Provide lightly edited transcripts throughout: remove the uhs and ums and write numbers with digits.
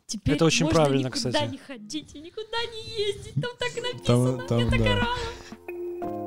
Теперь Это очень можно правильно, никуда кстати. не ходить и никуда не ездить. Там так написано. Там, Я так да. орала.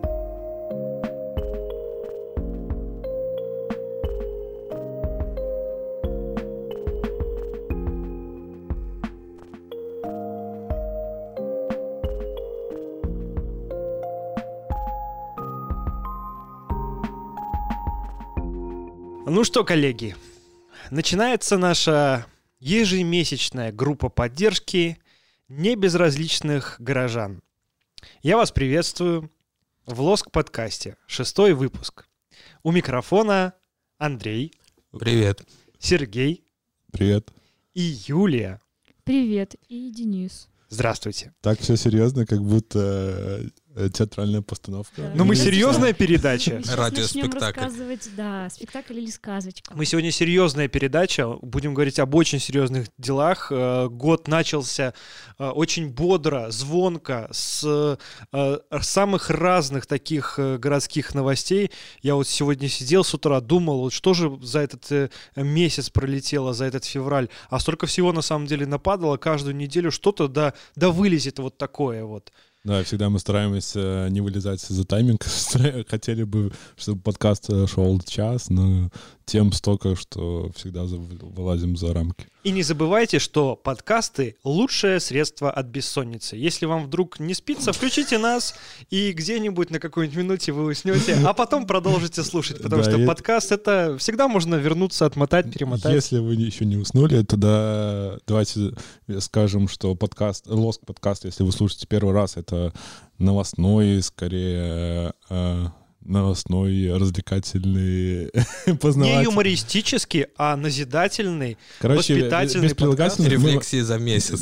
Ну что, коллеги, начинается наша ежемесячная группа поддержки небезразличных горожан. Я вас приветствую в Лоск-подкасте, 6-й выпуск. У микрофона Андрей, Привет. Сергей Привет. и Юлия. Привет. И Денис. Здравствуйте. Так все серьезно, как будто театральная постановка. Да. Ну мы Ну, серьезная передача. Сейчас Радиоспектакль. начнем рассказывать, да, спектакль или сказочку. Мы сегодня серьезная передача, будем говорить об очень серьезных делах. Год начался очень бодро, звонко, с самых разных таких городских новостей. Я вот сегодня сидел с утра, думал, вот что же за этот месяц пролетело, за этот февраль. А столько всего на самом деле нападало, каждую неделю что-то да вылезет вот такое вот. Да, всегда мы стараемся не вылезать за тайминг. Хотели бы, чтобы подкаст шел час, но тем столько, что всегда вылазим за рамки. И не забывайте, что подкасты — лучшее средство от бессонницы. Если вам вдруг не спится, включите нас, и где-нибудь на какой-нибудь минуте вы уснете, а потом продолжите слушать, потому Да, что и- подкаст — это всегда можно вернуться, отмотать, перемотать. Если вы еще не уснули, тогда давайте скажем, что подкаст, Лоск подкаст, если вы слушаете первый раз, это новостной, скорее, новостной, развлекательный, Не познавательный. юмористический, а назидательный, Короче, воспитательный без прилагательных мы- Рефлексии за месяц.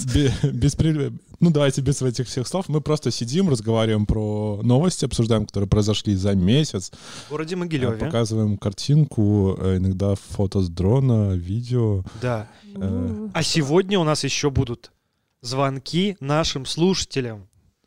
Ну, давайте без этих всех слов. Мы просто сидим, разговариваем про новости, обсуждаем, которые произошли за месяц. в городе Могилеве. Показываем картинку, иногда фото с дрона, видео. Да. Э, А сегодня у нас еще будут звонки нашим слушателям.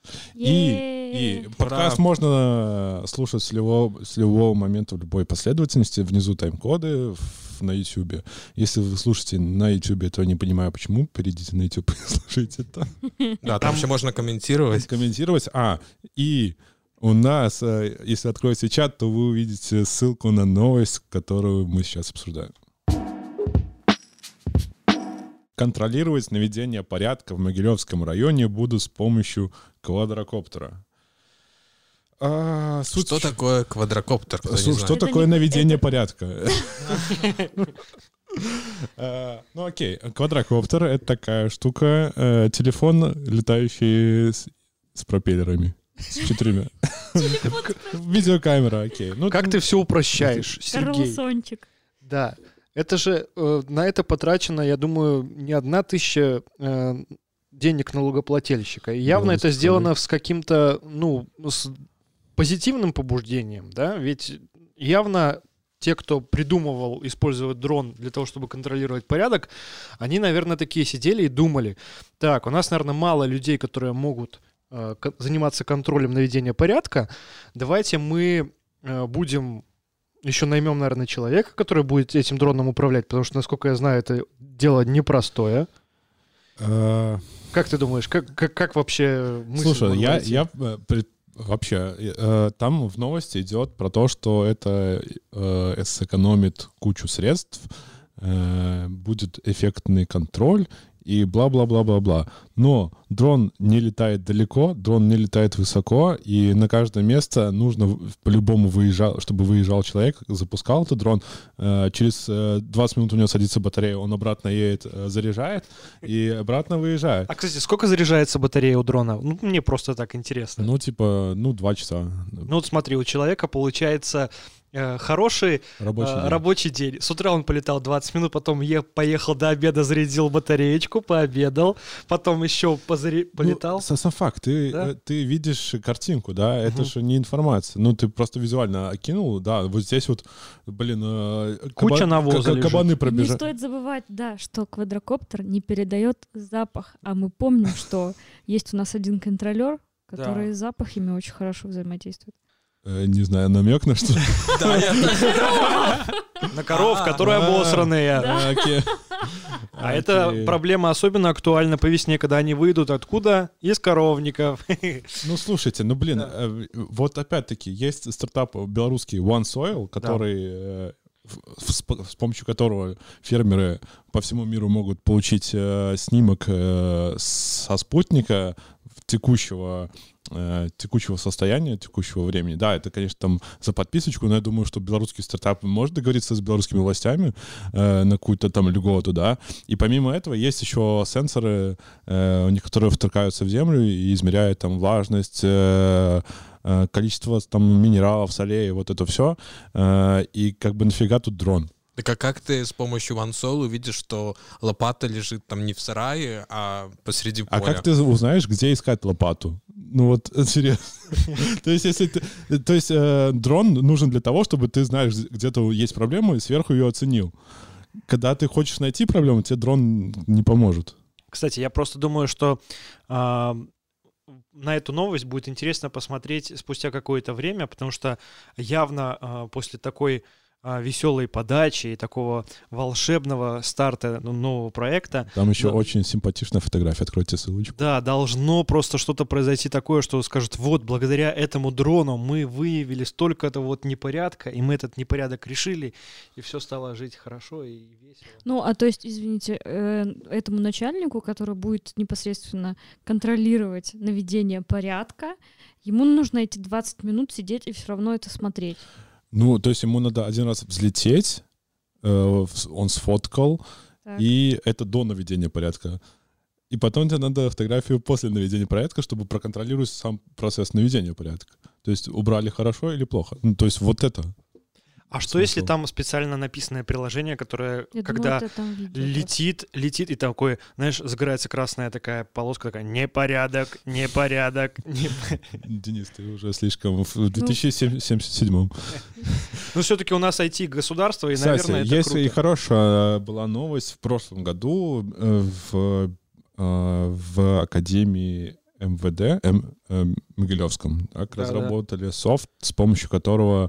И подкаст можно слушать с любого момента в любой последовательности. Внизу тайм-коды на YouTube. Если вы слушаете на YouTube, то я не понимаю, почему. Перейдите на YouTube и слушайте там. Да, там еще можно комментировать. Комментировать. И у нас, если откроете чат, то вы увидите ссылку на новость, которую мы сейчас обсуждаем. Контролировать наведение порядка в Могилевском районе будут с помощью квадрокоптера. Что такое квадрокоптер? Кто не Что знает? Это такое не- наведение это- порядка? Ну окей, квадрокоптер — это такая штука, телефон, летающий с пропеллерами. С 4. Видеокамера, окей. Ну, Как ты все упрощаешь, Сергей? Карлсончик. Да. Это же на это потрачено, я думаю, не 1000 денег налогоплательщика. И явно Да, это сделано с каким-то, с позитивным побуждением, да? Ведь явно те, кто придумывал использовать дрон для того, чтобы контролировать порядок, они, наверное, такие сидели и думали: так, у нас, наверное, мало людей, которые могут заниматься контролем наведения порядка. Давайте мы будем... Еще наймем, наверное, человека, который будет этим дроном управлять, потому что, насколько я знаю, это дело непростое. Как ты думаешь, как вообще мысль Слушай, могла я идти? вообще, там в новости идет про то, что это сэкономит кучу средств, будет эффектный контроль и бла-бла-бла-бла-бла. Но дрон не летает далеко, дрон не летает высоко, и на каждое место нужно по-любому чтобы выезжал человек, запускал этот дрон, через 20 минут у него садится батарея, он обратно едет, заряжает и обратно выезжает. А, кстати, сколько заряжается батарея у дрона? Ну, мне просто так интересно. 2 часа. Ну, вот смотри, у человека получается хороший Рабочий день. рабочий день. С утра он полетал 20 минут, потом поехал до обеда, зарядил батареечку, пообедал, потом еще полетал. Ну, сам факт, Да? ты видишь картинку, да, это же не информация. Ну, ты просто визуально окинул, да, вот здесь вот, Куча навоза лежит. кабаны Не пробежали. стоит забывать, да, что квадрокоптер не передает запах. А мы помним, что есть у нас один контролер, который с запахами очень хорошо взаимодействует. Не знаю, намек на что? Да, На коров, которые обосранные. Окей. А эта проблема особенно актуальна по весне, когда они выйдут откуда? Из коровников. Ну, слушайте, вот опять-таки есть стартап белорусский OneSoil, который с помощью которого фермеры по всему миру могут получить снимок со спутника текущего состояния, текущего времени. Да, это, конечно, там за подписочку, но я думаю, что белорусский стартап может договориться с белорусскими властями на какую-то там льготу, да. И помимо этого есть еще сенсоры, которые вторгаются в землю и измеряют там влажность, количество там минералов, солей, вот это все. И как бы нафига тут дрон? Так а как ты с помощью OneSoil увидишь, что лопата лежит там не в сарае, а посреди поля? А как ты узнаешь, где искать лопату? Ну вот, серьезно. То есть дрон нужен для того, чтобы ты знаешь, где-то есть проблема, и сверху ее оценил. Когда ты хочешь найти проблему, тебе дрон не поможет. Кстати, я просто думаю, что на эту новость будет интересно посмотреть спустя какое-то время, потому что явно после такой веселой подачи и такого волшебного старта нового проекта. Там еще очень симпатичная фотография, откройте ссылочку. Да, должно просто что-то произойти такое, что скажут, вот, благодаря этому дрону мы выявили столько-то вот непорядка, и мы этот непорядок решили, и все стало жить хорошо и весело. Ну, а то есть, извините, этому начальнику, который будет непосредственно контролировать наведение порядка, ему нужно эти 20 минут сидеть и все равно это смотреть. Ну, то есть ему надо один раз взлететь, он сфоткал, Так. и это до наведения порядка. И потом тебе надо фотографию после наведения порядка, чтобы проконтролировать сам процесс наведения порядка. То есть убрали хорошо или плохо. Ну, то есть вот это. А что если там специально написанное приложение, которое, Я когда думала, это там видео летит, и такой, знаешь, загорается красная такая полоска, такая, непорядок. Денис, ты уже слишком в 2077. Ну, все-таки у нас IT-государство, и, Кстати, наверное, это есть круто. и хорошая была новость в прошлом году в Академии МВД, Могилевском, так, разработали софт, с помощью которого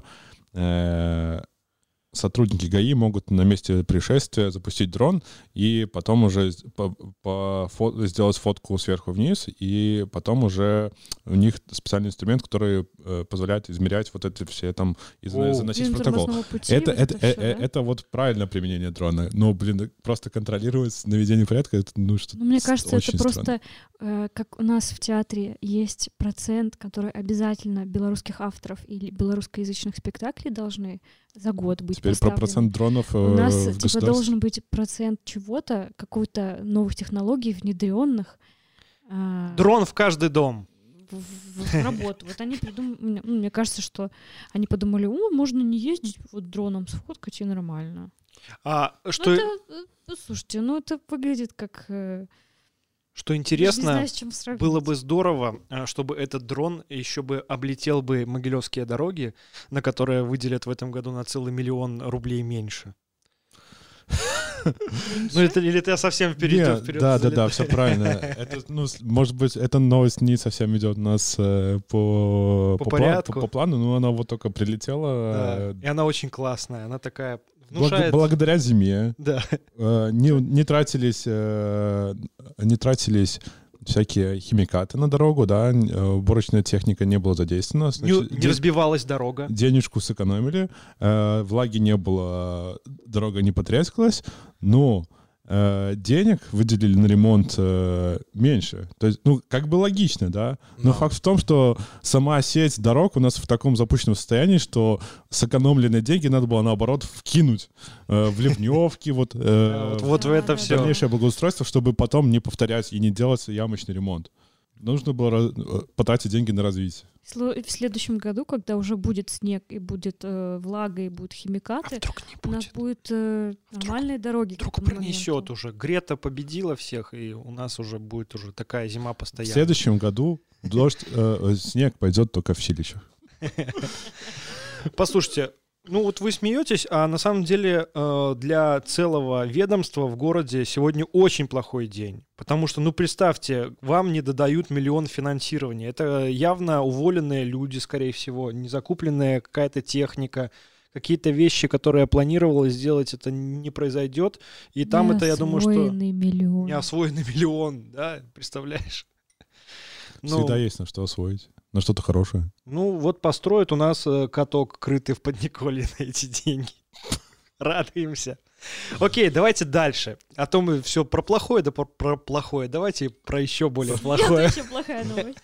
сотрудники ГАИ могут на месте происшествия запустить дрон и потом уже сделать фотку сверху вниз, и потом уже у них специальный инструмент, который позволяет измерять вот эти все там и заносить в протокол. Это вот правильное применение дрона. Но, блин, просто контролировать наведение порядка, это что-то мне кажется, очень это просто странно. как у нас в театре есть процент, который обязательно белорусских авторов или белорусскоязычных спектаклей должны за год быть Теперь про поставлены. процент дронов У нас в типа государстве. должен быть процент чего-то, какой-то новых технологий, внедренных Дрон в каждый дом. в работу. Вот они придумали, мне кажется, что они подумали, можно не ездить вот дроном сфоткать, и нормально. Слушайте, это выглядит как... Что не интересно, знаю, с чем сравнить. было бы здорово, чтобы этот дрон еще бы облетел бы могилевские дороги, на которые выделят в этом году на целый 1 000 000 рублей меньше. Ну, или ты совсем вперед. Да, все правильно. Это, может быть, эта новость не совсем идет у нас по плану, но она вот только прилетела. И она очень классная, она такая... Внушает... Благодаря зиме да. не тратились всякие химикаты на дорогу, да, уборочная техника не была задействована. Значит, не разбивалась дорога. Денежку сэкономили, влаги не было, дорога не потрескалась, но денег выделили на ремонт меньше. То есть, как бы логично, да? Но факт в том, что сама сеть дорог у нас в таком запущенном состоянии, что сэкономленные деньги надо было, наоборот, вкинуть в ливневки, вот в это все. Дальнейшее благоустройство, чтобы потом не повторять и не делать ямочный ремонт. Нужно было потратить деньги на развитие. В следующем году, когда уже будет снег и будет влага и будут химикаты, у нас будут нормальные дороги. Вдруг пронесет уже. Грета победила всех, и у нас уже будет уже такая зима постоянно. В следующем году снег пойдет только в Силищах. Послушайте, Ну вот вы смеетесь, а на самом деле для целого ведомства в городе сегодня очень плохой день. Потому что, ну представьте, вам не додают миллион финансирования. Это явно уволенные люди, скорее всего, не закупленная какая-то техника, какие-то вещи, которые планировалось сделать, это не произойдет. И там это, я думаю, что... Миллион. Неосвоенный миллион, да, представляешь? Всегда есть на что освоить, на что-то хорошее. Ну, вот построят у нас каток, крытый в Подниколе на эти деньги. Радуемся. Окей, давайте дальше. А то мы все про плохое, да про плохое. Давайте про еще более плохое. Это еще плохая новость.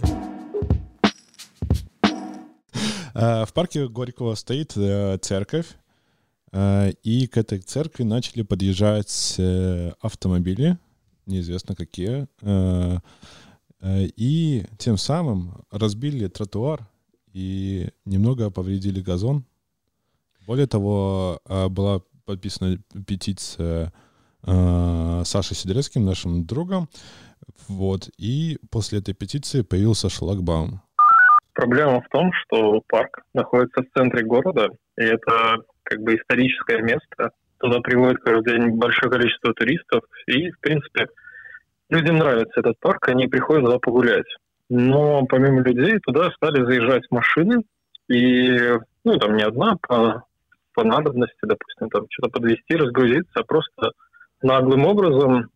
В парке Горького стоит церковь, и к этой церкви начали подъезжать автомобили, неизвестно какие, и тем самым разбили тротуар и немного повредили газон. Более того, была подписана петиция Сашей Сидорецким, нашим другом, вот, и после этой петиции появился шлагбаум. Проблема в том, что парк находится в центре города, и это как бы историческое место. Туда приводит каждый день большое количество туристов, и, в принципе, людям нравится этот парк, они приходят туда погулять. Но помимо людей туда стали заезжать машины, и, ну, там не одна, по надобности, допустим, там что-то подвезти, разгрузиться, а просто наглым образом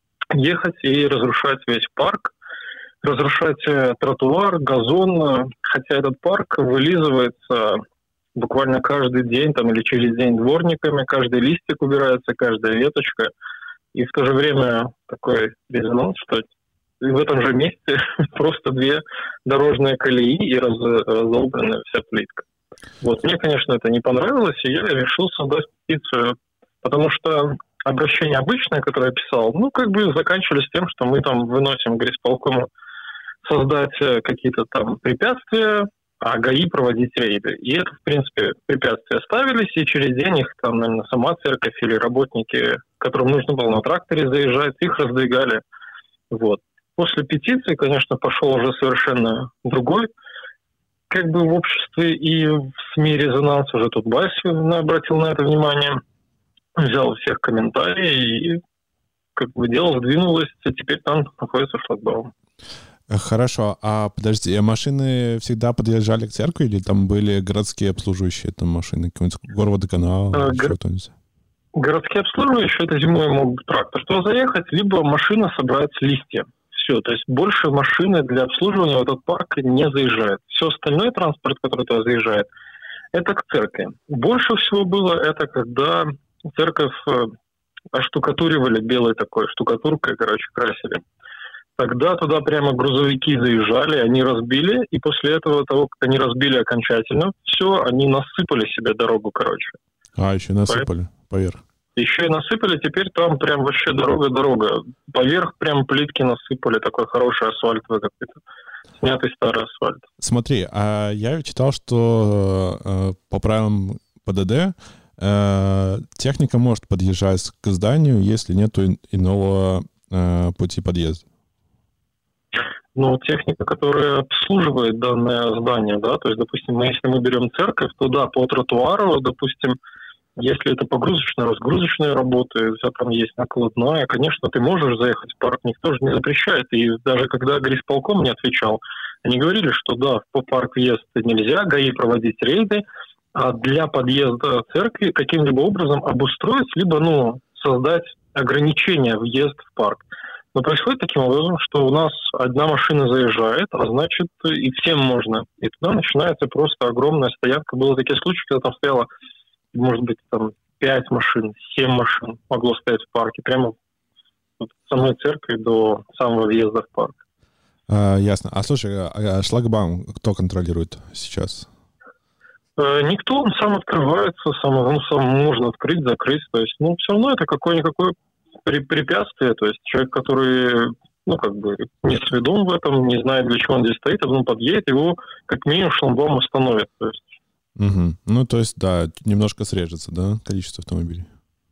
ехать и разрушать весь парк, разрушать тротуар, газон, хотя этот парк вылизывается буквально каждый день там, или через день дворниками, каждый листик убирается, каждая веточка. И в то же время такой резонанс, что в этом же месте просто две дорожные колеи и разобрана вся плитка. Вот. Мне, конечно, это не понравилось, и я решил создать петицию, потому что обращение обычное, которое я писал, ну, как бы заканчивались тем, что мы там выносим горисполкому создать какие-то там препятствия, а ГАИ проводить рейды. И это, в принципе, препятствия ставились, и через день их там, наверное, сама церковь или работники, которым нужно было на тракторе заезжать, их раздвигали. Вот. После петиции, конечно, пошел уже совершенно другой, как бы в обществе и в СМИ резонанс, уже тут Байс обратил на это внимание, взял всех комментарии, и как бы дело сдвинулось, и теперь там находится шлагбаум. Хорошо, а подожди, машины всегда подъезжали к церкви или там были городские обслуживающие там машины, какой-нибудь горводоканал, что-нибудь? Городские обслуживающие, это зимой могут трактор туда заехать, либо машина собрать листья. Все, то есть больше машины для обслуживания в этот парк не заезжает. Все остальное транспорт, который туда заезжает, это к церкви. Больше всего было это, когда церковь оштукатуривали белой такой штукатуркой, красили. Тогда туда прямо грузовики заезжали, они разбили, и после этого, того, как они разбили окончательно, все, они насыпали себе дорогу, А, еще насыпали поверх. Еще и насыпали, теперь там прям вообще дорога. Поверх прям плитки насыпали, такой хороший асфальтовый какой-то, снятый старый асфальт. Смотри, а я читал, что по правилам ПДД техника может подъезжать к зданию, если нет иного пути подъезда. Ну, техника, которая обслуживает данное здание, да, то есть, допустим, если мы берем церковь, то да, по тротуару, допустим, если это погрузочно-разгрузочные работы, у тебя там есть накладная, конечно, ты можешь заехать в парк, никто же не запрещает. И даже когда горисполком мне отвечал, они говорили, что да, по парк въезд нельзя, ГАИ проводить рейды, а для подъезда церкви каким-либо образом обустроить, либо, создать ограничения въезд в парк. Но происходит таким образом, что у нас одна машина заезжает, а значит и всем можно. И туда начинается просто огромная стоянка. Были такие случаи, когда там стояло, может быть, там 5 машин, 7 машин могло стоять в парке, прямо от самой церкви до самого въезда в парк. Ясно. А слушай, шлагбаум кто контролирует сейчас? Никто, он сам открывается, сам можно открыть, закрыть. То есть, все равно это какое-никакое препятствие. То есть человек, который, не сведом в этом, не знает, для чего он здесь стоит, он подъедет, его как минимум шлагбаум остановит. То есть. Угу. Ну, то есть, да, немножко срежется, да, количество автомобилей?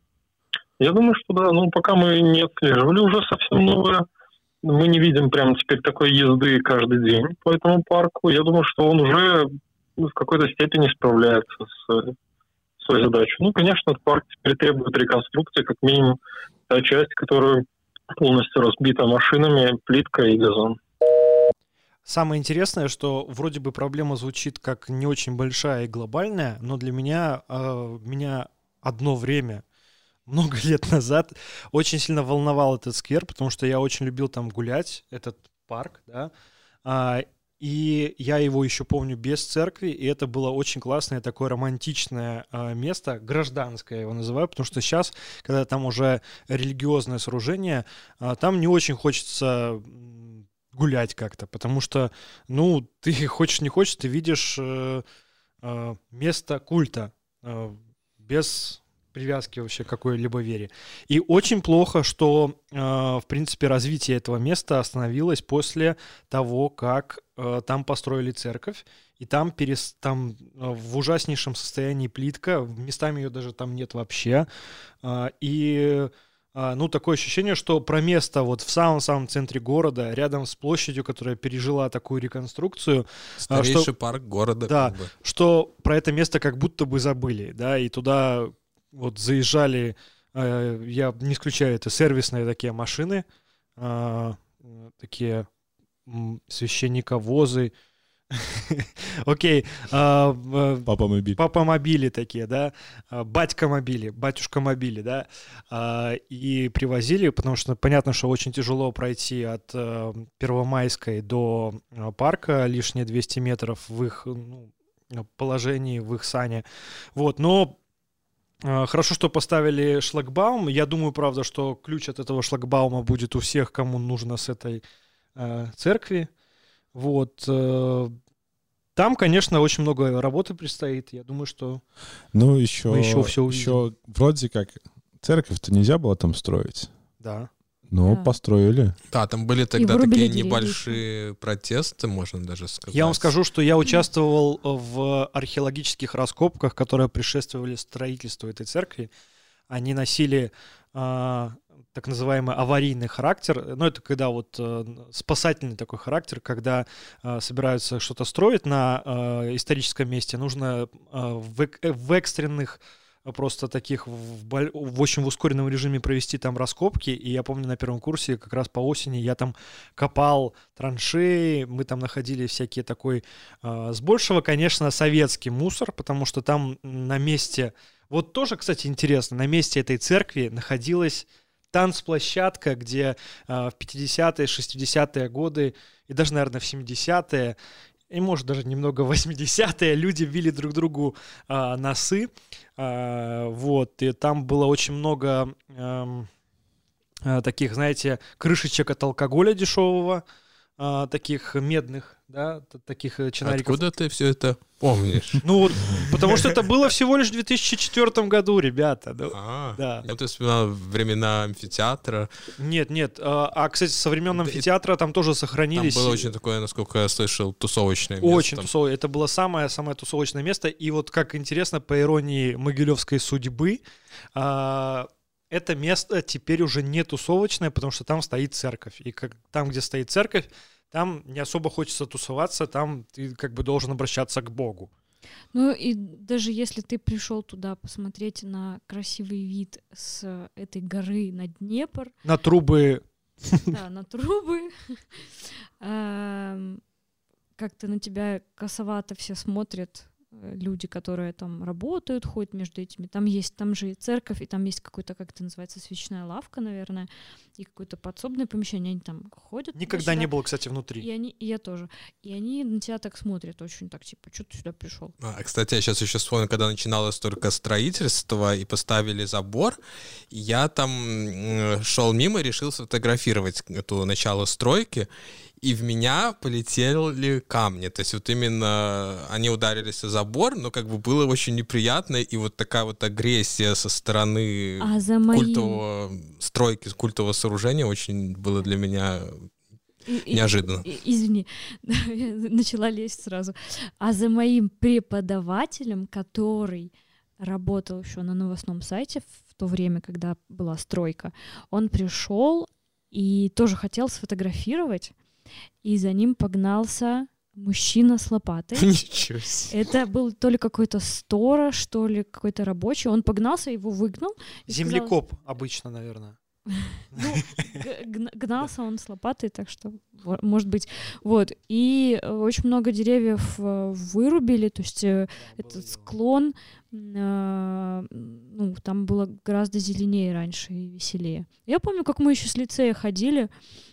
Я думаю, что да. Пока мы не отслеживали уже совсем новое. Мы не видим прямо теперь такой езды каждый день по этому парку. Я думаю, что он уже в какой-то степени справляется с свою задачу. Ну, конечно, этот парк теперь требует реконструкции, как минимум та часть, которая полностью разбита машинами, плитка и газон. Самое интересное, что вроде бы проблема звучит как не очень большая и глобальная, но для меня, меня одно время, много лет назад, очень сильно волновал этот сквер, потому что я очень любил там гулять, этот парк, да, и я его еще помню без церкви, и это было очень классное такое романтичное место, гражданское я его называю, потому что сейчас, когда там уже религиозное сооружение, там не очень хочется гулять как-то, потому что, ну, ты хочешь не хочешь, ты видишь место культа без привязки вообще к какой-либо вере. И очень плохо, что, в принципе, развитие этого места остановилось после того, как там построили церковь, и там в ужаснейшем состоянии плитка, местами ее даже там нет вообще, и ну, такое ощущение, что про место вот в самом-самом центре города, рядом с площадью, которая пережила такую реконструкцию. Старейший парк города. Да, как бы. что про это место как будто бы забыли, да, и туда вот заезжали, я не исключаю, это сервисные такие машины, такие священниковозы, окей. Папа-мобили такие, да. Батька-мобили, батюшка-мобили, да. И привозили, потому что понятно, что очень тяжело пройти от Первомайской до парка, лишние 200 метров в их положении, в их сане. Вот, но хорошо, что поставили шлагбаум. Я думаю, правда, что ключ от этого шлагбаума будет у всех, кому нужно с этой церкви. Вот. Там, конечно, очень много работы предстоит. Я думаю, что ну, еще, мы еще все увидим. Еще вроде как церковь-то нельзя было там строить. Да. Но Да. построили. Да, там были тогда вырубили такие деревья. небольшие протесты, можно даже сказать. Я вам скажу, что я участвовал в археологических раскопках, которые предшествовали строительству этой церкви. Они носили так называемый аварийный характер. Ну, это когда вот спасательный такой характер, когда собираются что-то строить на историческом месте, нужно в экстренных просто таких в очень ускоренном режиме провести там раскопки. И я помню, на первом курсе как раз по осени я там копал траншеи, мы там находили всякие такой, с большего, конечно, советский мусор, потому что там на месте, вот тоже, кстати, интересно, на месте этой церкви находилась танцплощадка, где в 50-е, 60-е годы и даже, наверное, в 70-е, и, может, даже немного в 80-е люди били друг другу носы. Вот, и там было очень много таких, знаете, крышечек от алкоголя дешевого, таких медных, да, таких чинариков. Откуда ты все это помнишь? Ну вот, потому что это было всего лишь в 2004 году, ребята. Да. Я вспоминал времена амфитеатра. Нет. Кстати, со времен амфитеатра там тоже сохранились. Там было очень такое, насколько я слышал, тусовочное место. Очень тусовочное. Это было самое тусовочное место. И вот как интересно, по иронии могилевской судьбы, это место теперь уже не тусовочное, потому что там стоит церковь. И там, где стоит церковь, там не особо хочется тусоваться, там ты как бы должен обращаться к Богу. Ну и даже если ты пришел туда посмотреть на красивый вид с этой горы на Днепр. На трубы. Да, на трубы. Как-то на тебя косовато все смотрят. Люди, которые там работают, ходят между этими. Там же и церковь, и там есть какой-то, как это называется, свечная лавка, наверное, и какое-то подсобное помещение. Они там ходят. Никогда не было, кстати, внутри. И я тоже. И они на тебя так смотрят, очень так, типа, что ты сюда пришел? Кстати, я сейчас еще вспомнил, когда начиналось только строительство и поставили забор, я там шел мимо и решил сфотографировать это начало стройки, и в меня полетели камни. То есть вот именно они ударились о забор, но как бы было очень неприятно, и вот такая вот агрессия со стороны культового стройки, культового сооружения очень было для меня неожиданно. Извини, я начала лезть сразу. А за моим преподавателем, который работал еще на новостном сайте в то время, когда была стройка, он пришел и тоже хотел сфотографировать, и за ним погнался мужчина с лопатой. Ничего себе. Это был то ли какой-то сторож, то ли какой-то рабочий. Он погнался, его выгнал. И сказал- Землекоп обычно, наверное. Ну, гнался он с лопатой, так что, может быть. Вот. И очень много деревьев вырубили, то есть этот склон, ну, там было гораздо зеленее раньше и веселее. Я помню, как мы еще с лицея ходили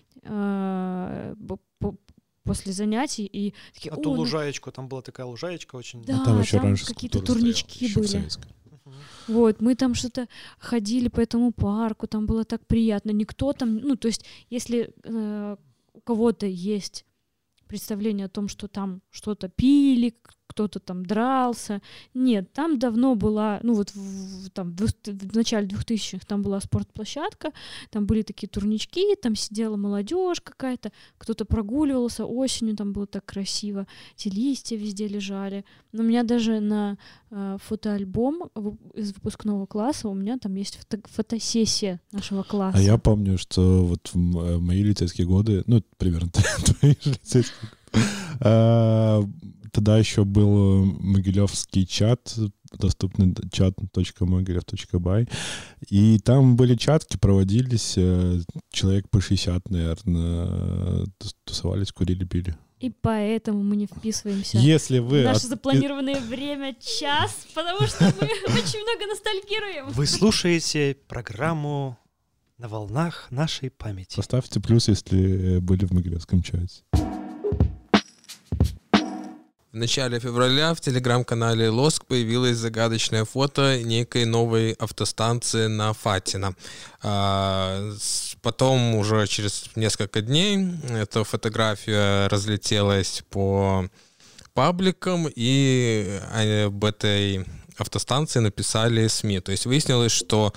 после занятий и такие, На ту лужаечку, там была такая лужаечка очень... Да, там еще раньше какие-то скульптура турнички стояла, еще в были. советском. Вот, мы там что-то ходили по этому парку, там было так приятно. Никто там, ну, то есть, если у кого-то есть представление о том, что там что-то пили, кто-то там дрался, нет, там давно была, ну, вот в начале 2000-х там была спортплощадка, там были такие турнички, там сидела молодежь какая-то, кто-то прогуливался осенью, там было так красиво, эти листья везде лежали. Но у меня даже на фотоальбом из выпускного класса у меня там есть фотосессия нашего класса. А я помню, что вот в мои лицейские годы, ну, примерно твои же лицейские годы, тогда еще был могилевский чат, доступный chat.mogilev.by, и там были чатки, проводились, человек по 60, наверное, тусовались, курили, пили. И поэтому мы не вписываемся Если вы... в наше запланированное время час, потому что мы очень много ностальгируем. Вы слушаете программу «На волнах нашей памяти». Поставьте плюс, если были в могилевском чате. В начале февраля в телеграм-канале Лоск появилось загадочное фото некой новой автостанции на Фатино. Потом уже через несколько дней эта фотография разлетелась по пабликам, и об этой автостанции написали СМИ. То есть выяснилось, что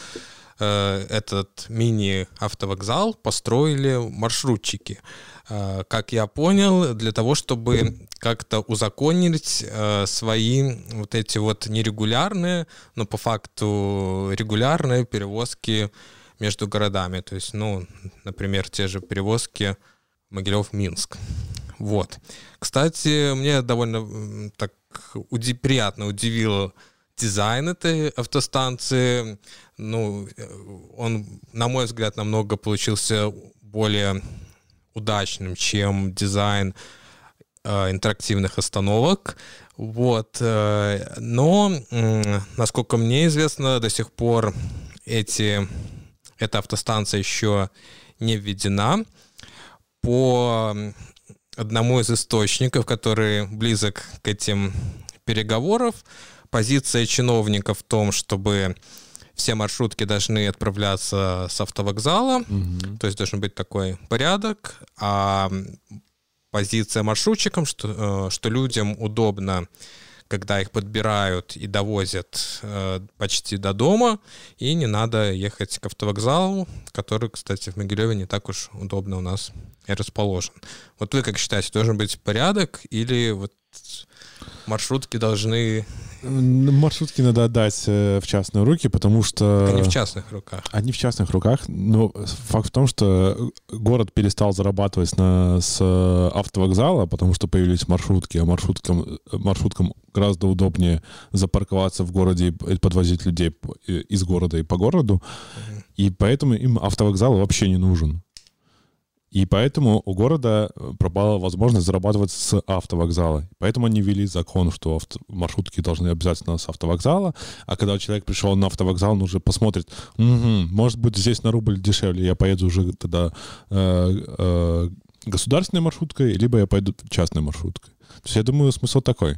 этот мини-автовокзал построили маршрутчики. Как я понял, для того, чтобы как-то узаконить свои вот эти вот нерегулярные, но по факту регулярные перевозки между городами. То есть, ну, например, те же перевозки Могилев-Минск. Вот. Кстати, мне довольно так приятно удивил дизайн этой автостанции. Ну, он, на мой взгляд, намного получился более удачным, чем дизайн интерактивных остановок. Вот. Но, насколько мне известно, до сих пор эта автостанция еще не введена. По одному из источников, который близок к этим переговорам, позиция чиновников в том, чтобы все маршрутки должны отправляться с автовокзала, то есть должен быть такой порядок, а позиция маршрутчикам, что людям удобно, когда их подбирают и довозят почти до дома, и не надо ехать к автовокзалу, который, кстати, в Могилеве не так уж удобно у нас и расположен. Вот вы как считаете, должен быть порядок или вот маршрутки должны... Маршрутки надо отдать в частные руки, потому что... Они в частных руках. Они в частных руках, но факт в том, что город перестал зарабатывать с автовокзала, потому что появились маршрутки, а маршруткам гораздо удобнее запарковаться в городе и подвозить людей из города и по городу, и поэтому им автовокзал вообще не нужен. И поэтому у города пропала возможность зарабатывать с автовокзала. Поэтому они ввели закон, что маршрутки должны обязательно с автовокзала, а когда человек пришел на автовокзал, он уже посмотрит, может быть, здесь на рубль дешевле, я поеду уже тогда государственной маршруткой, либо я пойду частной маршруткой. То есть я думаю, смысл такой.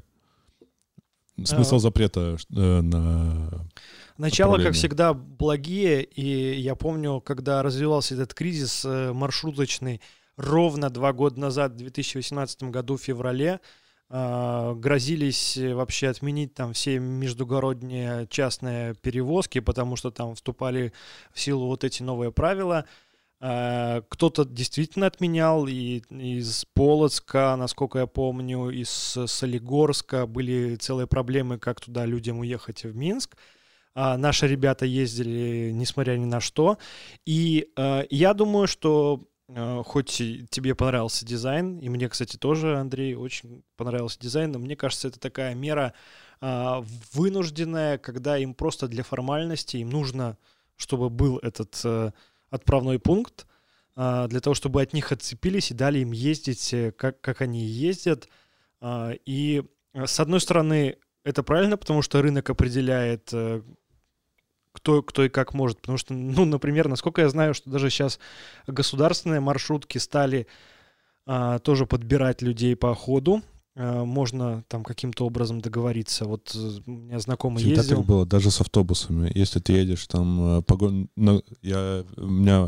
Смысл запрета на... Начало, как всегда, благие, и я помню, когда развивался этот кризис маршруточный, ровно 2 года назад, в 2018 году, в феврале, грозились вообще отменить там все междугородние частные перевозки, потому что там вступали в силу вот эти новые правила. Кто-то действительно отменял, и из Полоцка, насколько я помню, из Солигорска были целые проблемы, как туда людям уехать в Минск. Наши ребята ездили, несмотря ни на что. И я думаю, что хоть и тебе понравился дизайн, и мне, кстати, тоже, Андрей, очень понравился дизайн, но мне кажется, это такая мера вынужденная, когда им просто для формальности, им нужно, чтобы был этот отправной пункт, для того, чтобы от них отцепились и дали им ездить, как они ездят. И, с одной стороны, это правильно, потому что рынок определяет, кто и как может. Потому что, ну, например, насколько я знаю, что даже сейчас государственные маршрутки стали тоже подбирать людей по ходу. Можно там каким-то образом договориться. Вот у меня знакомый Всегда ездил. так было, даже с автобусами. Если ты едешь там, у меня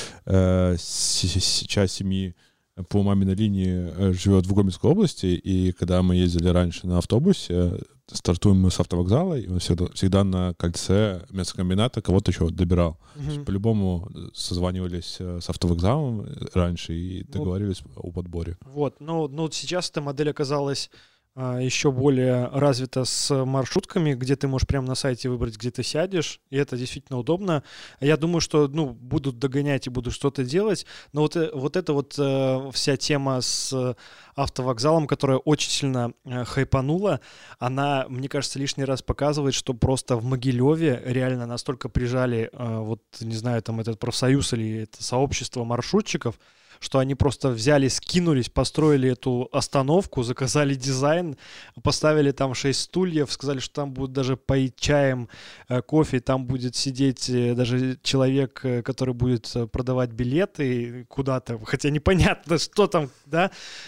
часть семьи по маминой линии живет в Гомельской области, и когда мы ездили раньше на автобусе, стартуем мы с автовокзала, и он всегда на кольце мясокомбината кого-то еще добирал. По-любому созванивались с автовокзалом раньше и договорились о подборе. Вот, но сейчас эта модель оказалась еще более развита с маршрутками, где ты можешь прямо на сайте выбрать, где ты сядешь, и это действительно удобно. Я думаю, что будут догонять и будут что-то делать, но вот эта вся тема с автовокзалом, которая очень сильно хайпанула, она, мне кажется, лишний раз показывает, что просто в Могилеве реально настолько прижали, не знаю, там этот профсоюз или это сообщество маршрутчиков, что они просто взяли, скинулись, построили эту остановку, заказали дизайн, поставили там 6 стульев, сказали, что там будут даже поить чаем, кофе, там будет сидеть даже человек, который будет продавать билеты куда-то, хотя непонятно, что там, да,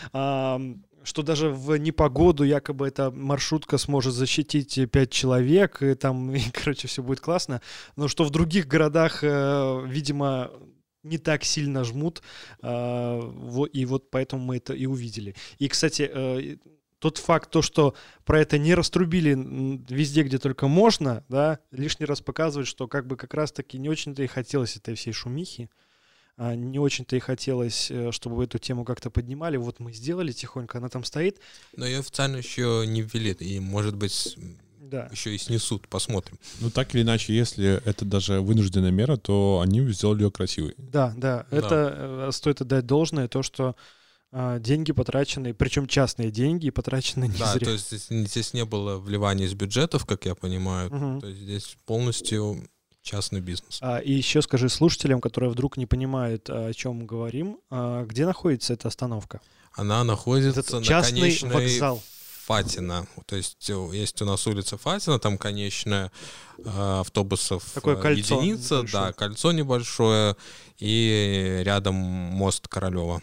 что даже в непогоду якобы эта маршрутка сможет защитить 5 человек, и там, короче, все будет классно, но что в других городах, видимо, не так сильно жмут, и вот поэтому мы это и увидели. И, кстати, тот факт, что про это не раструбили везде, где только можно, да, лишний раз показывает, что как раз-таки не очень-то и хотелось этой всей шумихи, не очень-то и хотелось, чтобы эту тему как-то поднимали. Вот мы сделали тихонько, она там стоит. Но ее официально еще не ввели, и, может быть... Да. Еще и снесут, посмотрим. Ну, так или иначе, если это даже вынужденная мера, то они сделали ее красивой. Да. Это стоит отдать должное, то, что деньги потрачены, причем частные деньги, потрачены не зря. Да, то есть здесь не было вливания из бюджетов, как я понимаю. То есть здесь полностью частный бизнес. И еще скажи слушателям, которые вдруг не понимают, о чем мы говорим, где находится эта остановка? Она находится на конечной вокзал. Фатина. То есть у нас улица Фатина, там конечная автобусов такое кольцо единица, небольшое. Да, кольцо небольшое, и рядом мост Королева.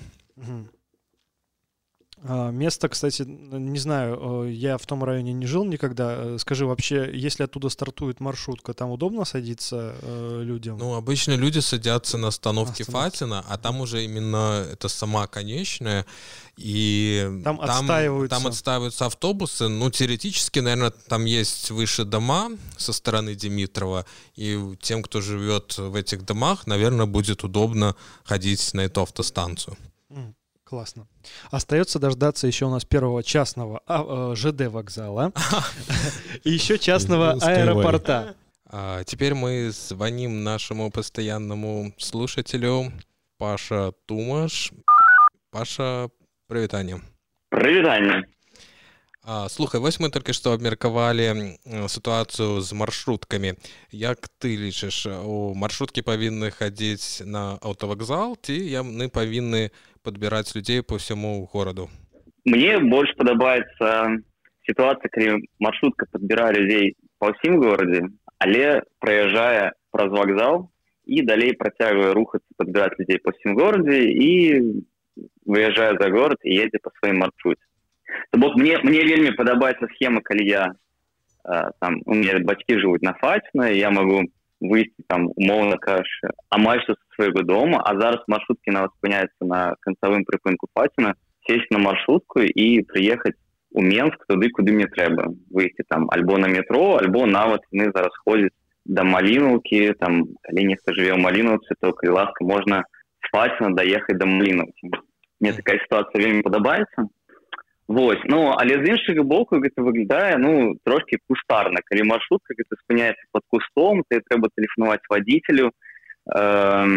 Место, кстати, не знаю, я в том районе не жил никогда. Скажи, вообще, если оттуда стартует маршрутка, там удобно садиться людям? Ну, обычно люди садятся на остановке Фатина, а там уже именно это сама конечная, и там отстаиваются автобусы. Ну, теоретически, наверное, там есть выше дома со стороны Димитрова, и тем, кто живет в этих домах, наверное, будет удобно ходить на эту автостанцию. Классно. Остается дождаться еще у нас первого частного ЖД вокзала и еще частного аэропорта. Теперь мы звоним нашему постоянному слушателю Паша Тумаш. Паша, привітання. Привітання. Слухай, ось ми тільки що обміркували ситуацію з маршрутками. Як ти лічиш, маршрутки повинні ходити на автовокзал, ці вони повинні підбирати людей по всьому городу? Мне больше подобается ситуация, когда маршрутка подбирает людей по всем городе, але проезжая праз вокзал и далее протягивая рухаться, подбирать людей по всем городе и выезжая за город и едет по своим маршрутам. Вот мне вельми подобаецца схема, калі я там у меня бацькі жывуць на Фатина, я могу выйти там умоўна кажучы амаль што са свайго дома, а зараз маршруткі нават спыняюцца на канцавым прыпынку Фатина, сесть на маршрутку і прыехаць у Менск туды, куды мне трэба, выйти там альбо на метро, альбо нават яны зараз ходзяць да Малінаўкі, там калі нехта жыве ў Малінаўцы, то калі ласка можна з Фатина даехаць да Малінаўкі. Мне такая ситуация вельмі падабаецца. Вось, ну, але з іншага боку гэта выглядае, ну, трошки кустарна. Калі маршрутка гэта спыняецца пад кустом, то трэба тэлефанаваць вадзіцелю,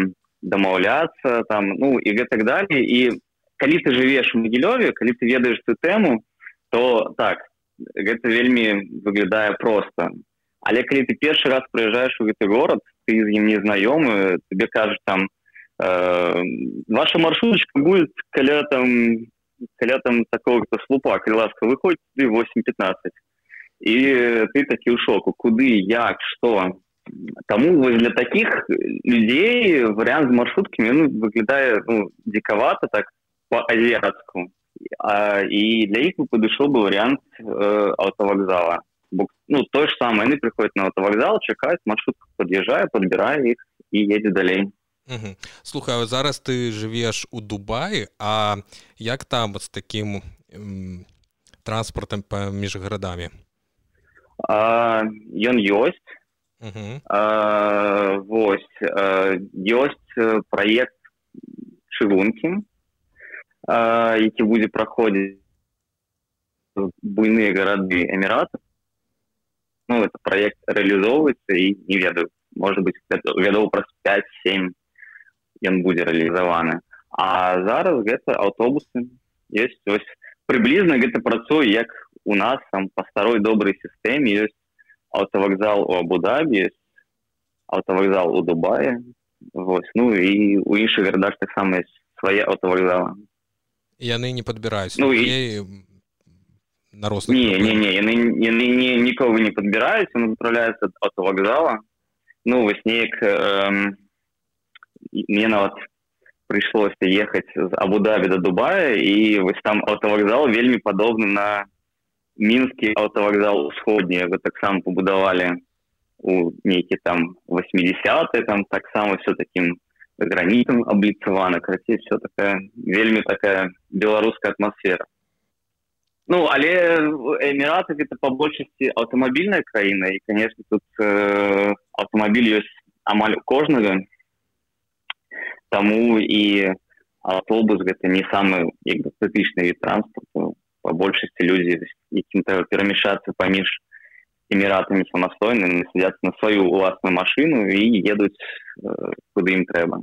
дамаўляцца там, ну і гэтак далей. І калі ты жывеш у Магілёве, калі ты ведаеш эту тэму, то так, гэта вельмі выглядае проста. Але калі ты першы раз прыязджаеш у гэты горад, ты з ім не знаёмы, тебе кажуць там, ваша маршруточка будет каля там такого-то слупа, калі ласка, выходит ты 8:15. І ты такі ў шоку, куды, як, што. Таму вось для такіх людзей варыянт з маршруткамі выглядае дзікавата, так па-азіяцку. І для іх падышоў бы варыянт аўтавакзала. Ну, то ж самае, яны прыходзяць на аўтавакзал, чакаюць, маршрутка пад'язджае, падбірае іх і едзе далей. Слухай, а зараз ты жывеш у Дубаі, а як там з такім транспартам паміж гарадамі? Ён ёсць. Вось, ёсць праект чыгункі, які будзе праходзіць буйныя гарады Эміратаў. Ну, этот проект реализовывается, и не ведаю, может быть, гадоў праз 5-7 ён будзе реализованы. А зараз гэта аўтобусы ёсць. Вось прыблізна гэта працуе, як у нас там па старой добрай сістэме. Ёсць аўтавакзал у Абу-Дабі, ёсць аўтавакзал у Дубаі. Вось. Ну і у іншых гарадах таксама ёсць свае аўтавакзалы. Яны не падбіраюць. Ну і на розных яны нікога не падбіраюць, яны адпраўляюцца ад аўтавакзала. Ну, вось неяк мне нават прыйшлося ехаць з Абу-Дабі да Дубая, і вось там аўтавакзал вельмі падобны на мінскі аўтавакзал усходні. Яго таксама пабудавалі у нейкі там 80-е, там таксама все такім гранітам абліцавана. Карацей, все такая вельмі такая беларуская атмасфера. Ну, але Эміраты гэта па большасці аўтамабільная краіна, і, конечно, тут аўтамабіль ёсць амаль у кожнага. Таму і аўтобус гэта не самы крытычны від транспарту. Па большасці людзі, якім трэба перамяшчацца паміж Эміратамі самастойна, садзяцца на сваю ўласную машыну і едуць куды ім трэба.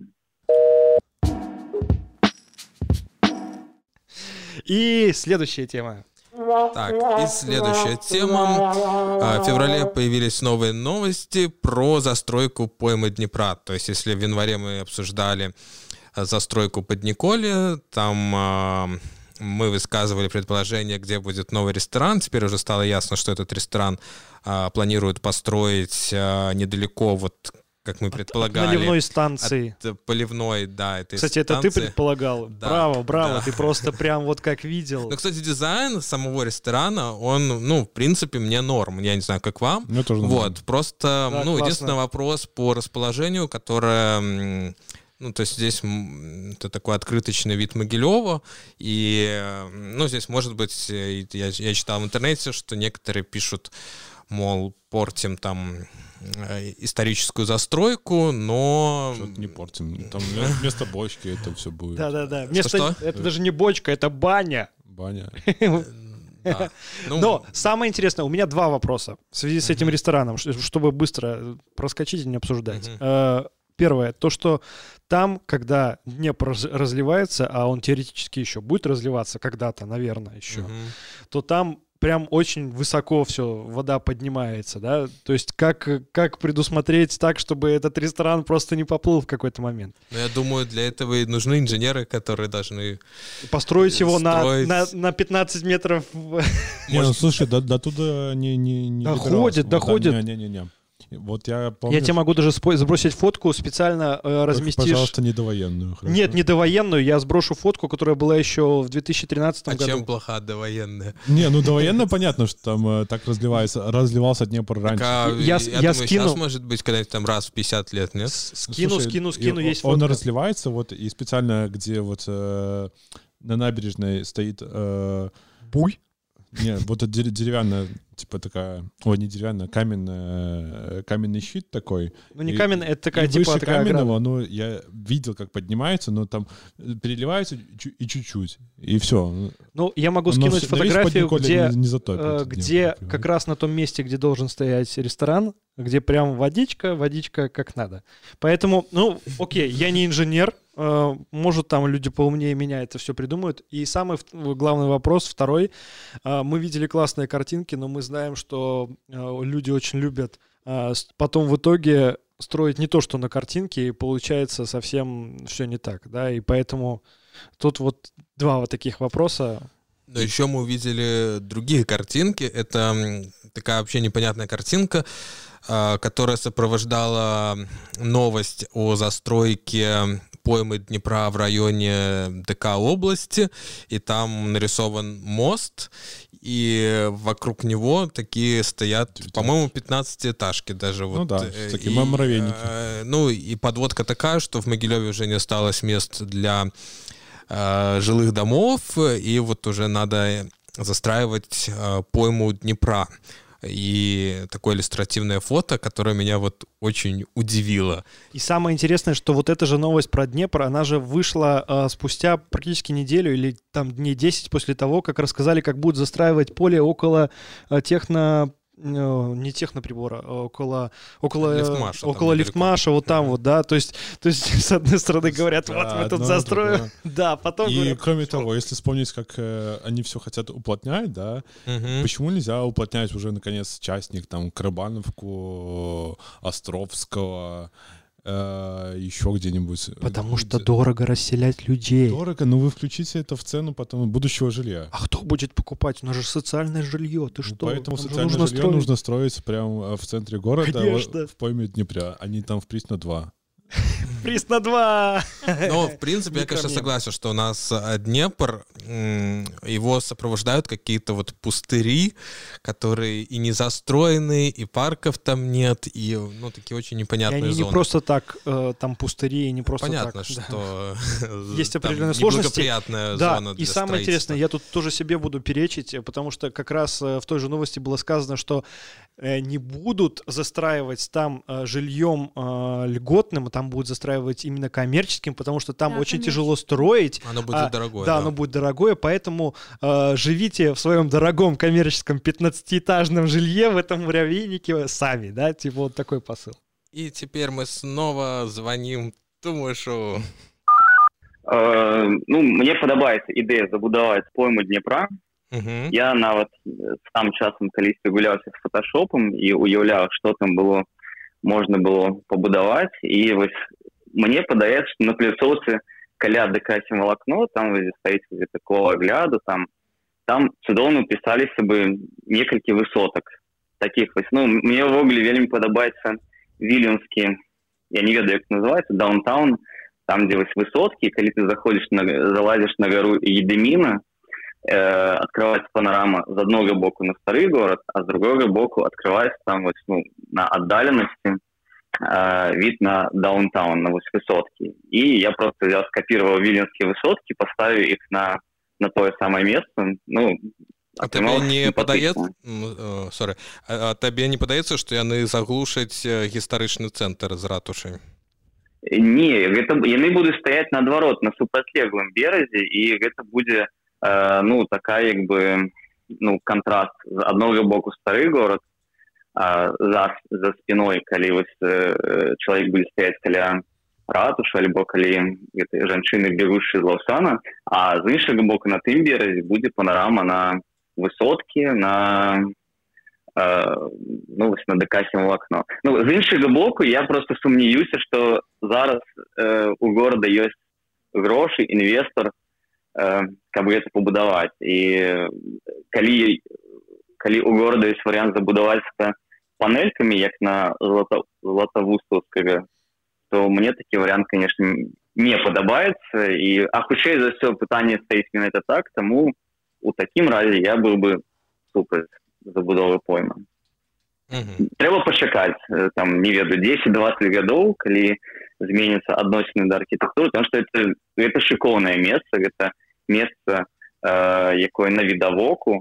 И следующая тема. Так, и следующая тема. В феврале появились новые новости про застройку поймы Днепра. То есть, если в январе мы обсуждали застройку под Николе, там мы высказывали предположение, где будет новый ресторан. Теперь уже стало ясно, что этот ресторан планируют построить недалеко, вот как мы предполагали. От наливной станции. От поливной, да, этой Кстати, станции. Это ты предполагал? Да, браво, да. Ты просто прям вот как видел. Ну, кстати, дизайн самого ресторана, он, ну, в принципе, мне норм. Я не знаю, как вам. Мне тоже вот, норм. просто, да, ну, классно. единственный вопрос по расположению, которое... Ну, то есть здесь это такой открыточный вид Могилёва, и, ну, здесь, может быть, я читал в интернете, что некоторые пишут, мол, портим там историческую застройку, но... Что-то не портим. Там вместо бочки это все будет. Да-да-да. Что? Это даже не бочка, это баня. Баня. Да. Ну, но самое интересное, у меня два вопроса в связи с этим рестораном, чтобы быстро проскочить и не обсуждать. Первое, то, что там, когда Днепр разливается, а он теоретически еще будет разливаться когда-то, наверное, еще, то там прям очень высоко все, вода поднимается, да? То есть как предусмотреть так, чтобы этот ресторан просто не поплыл в какой-то момент? Ну, я думаю, для этого и нужны инженеры, которые должны... Построить его на 15 метров. Не, ну слушай, до туда не доходит. Не. Вот я помню... Я тебе могу даже сбросить фотку, специально разместишь... Пожалуйста, недовоенную. Хорошо? Нет, не довоенную, я сброшу фотку, которая была еще в 2013 году. А чем плоха довоенная? Не, ну довоенная, понятно, что там так разливался Днепр раньше. Я думаю, скину... сейчас, может быть, когда-нибудь там раз в 50 лет, нет? Скину, есть фотка. Он разливается, вот, и специально, где вот на набережной стоит... Буй? Нет, вот это деревянная... типа такая, не деревянная, каменный щит такой. Ну, не каменный, это такая, типа, выше такая каменного, я видел, как поднимается, но там переливается и чуть-чуть, и все. Ну, я могу скинуть фотографию, где не как раз на том месте, где должен стоять ресторан, где прям водичка как надо. Поэтому, окей, я не инженер, может, там люди поумнее меня это все придумают. И самый главный вопрос, второй. Мы видели классные картинки, но мы знаем, что люди очень любят потом в итоге строить не то, что на картинке, и получается совсем все не так, да, и поэтому тут вот два вот таких вопроса. Но еще мы увидели другие картинки. Это такая вообще непонятная картинка, которая сопровождала новость о застройке поймы Днепра в районе ДК области, и там нарисован мост, и вокруг него такие стоят, по-моему, 15-этажки даже. С такими муравейники. И подводка такая, что в Могилеве уже не осталось мест для жилых домов, и вот уже надо застраивать пойму Днепра. И такое иллюстративное фото, которое меня вот очень удивило. И самое интересное, что вот эта же новость про Днепр, она же вышла спустя практически неделю или там дней 10 после того, как рассказали, как будут застраивать поле около не техноприбора, около Лифтмаша, вот там вот, да, то есть с одной стороны говорят, вот мы тут застроим, да, потом и говорят, кроме того, если вспомнить, как они все хотят уплотнять, да, почему нельзя уплотнять уже, наконец, частник, там, Карабановку, Островского, еще где-нибудь. Потому что дорого расселять людей. Дорого, но вы включите это в цену потом будущего жилья. А кто будет покупать? У нас же социальное жилье, ты что? Поэтому социальное жилье нужно строить прямо в центре города, в пойме Днепра. Они там в приз на 2. Приз на 2! Ну, в принципе, я, конечно, согласен, что у нас Днепр, его сопровождают какие-то вот пустыри, которые и не застроены, и парков там нет, и, такие очень непонятные зоны. И они не просто так, там пустыри, и не просто понятно, так. что есть определенные сложности. Неблагоприятная зона для и самое интересное, я тут тоже себе буду перечить, потому что как раз в той же новости было сказано, что не будут застраивать там жильем льготным, там будут застраивать именно коммерческим, потому что там очень тяжело строить. Оно будет дорогое. Да, оно будет дорогое, поэтому живите в своем дорогом коммерческом 15-этажном жилье в этом муравейнике сами, да, типа вот такой посыл. И теперь мы снова звоним Тумышу. Мне падабаецца ідэя забудаваць пойму Днепра. Я нават сам часам калісьці гуляўся з фотошопом і уяўляў, што там можна было пабудаваць. І вось мне падаецца, што на пляцоўцы каля ДК Сімвалакно, там дзе стаіць коло агляду, там цудоўна пісаліся бы некалькі высотак такіх вось. Мне ўвогуле вельмі падабаецца віленскі, я не ведаю, як называецца, даунтаун, там дзе вось высоткі, калі ты залазіш на гару Едеміна, открывается панорама с одного боку на старый город, а с другого боку открывается там на отдаленности вид на даунтаун, на высотки. И я просто скопировал виленские высотки, поставил их на то самое место. А тебе не падаецца, тебе не падаецца, што яны заглушаць гістарычны цэнтр з ратушай? Не, яны будуць стаяць наадварот на супрацьлеглым беразе, і гэта будзе такая контраст. З одного боку стары город, за спиной, калі чалавек будзе стаяць каля ратушы, альбо калі жанчыны бегущие з Лаўсана, а з іншага боку на тым беразе будзе панорама на высоткі, на ДК Сімвалакно. З іншага боку я просто сумнеюся, што зараз у города ёсць грошы, інвестор, каб гэта пабудаваць. І калі у города ёсць варыянт забудаваць панелькамі, як на Златавустаўскага, то мне такі варыянт, конечно, не падабаецца. А хутчэй за ўсё пытанне стаіць менавіта так, таму у такім разе я быў бы супраць забудовы поймы. Трэба пачакаць, не ведаю, 10-20 гадоў, калі зменяцца адносіны да архітэктуры, потому што гэта шыкоўнае месца, гэта месца, якое на відавоку,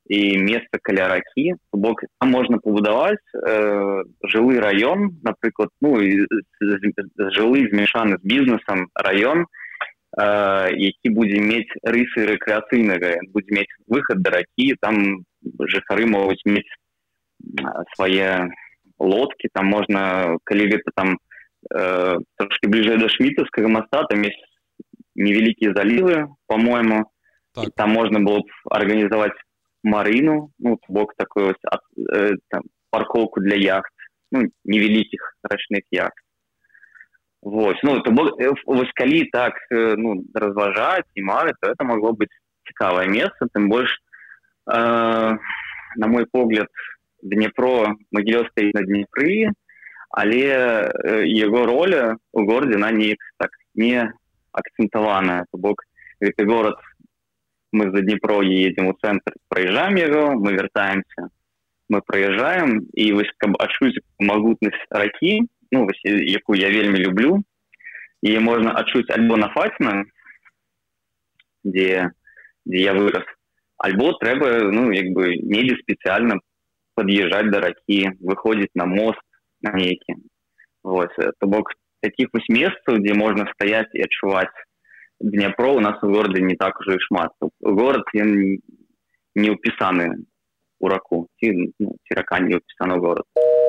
і месца каля ракі. Бок там можна пабудаваць жылы раён, напрыклад, жылы змешаны з бізнесам раён, які будзе мець рысы рэкрэацыйнага, будзе мець выхад да ракі, там жыхары могуць мець свае лодкі, там можна, калі гэта там трошки бліжэй да Шмітаўскага моста, там есть невялікія залівы, по-моему, так. І там можна было б арганізаваць марыну, бок такую парковку для яхт, невялікіх рачных яхт. Вось, калі так разважаць і марыць, то это могло быць цікавае месца, тым больш, на мой погляд, Днепро, Могилёв стаіць на Днепры, але яго роля ў горадзе, она неяк так не акцентаваная. То бок, гэты горад, мы за Днепро едзем у цэнтр, праязджаем яго, мы вяртаемся, мы праязджаем, і вось каб адчуць магутнасць ракі, якую я вельмі люблю, і можна адчуць альбо на Фатьма, дзе я вырас, альбо трэба, недзе спецыяльна пад'язджаць да ракі, выходзіць на мост на нейкі. Вось, то бок такіх вось месцаў, дзе можна стаяць і адчуваць Днепро, у нас у горадзе не так ужо і шмат. Горад, ён не ўпісаны ў раку, ці рака не ўпісана ў горад.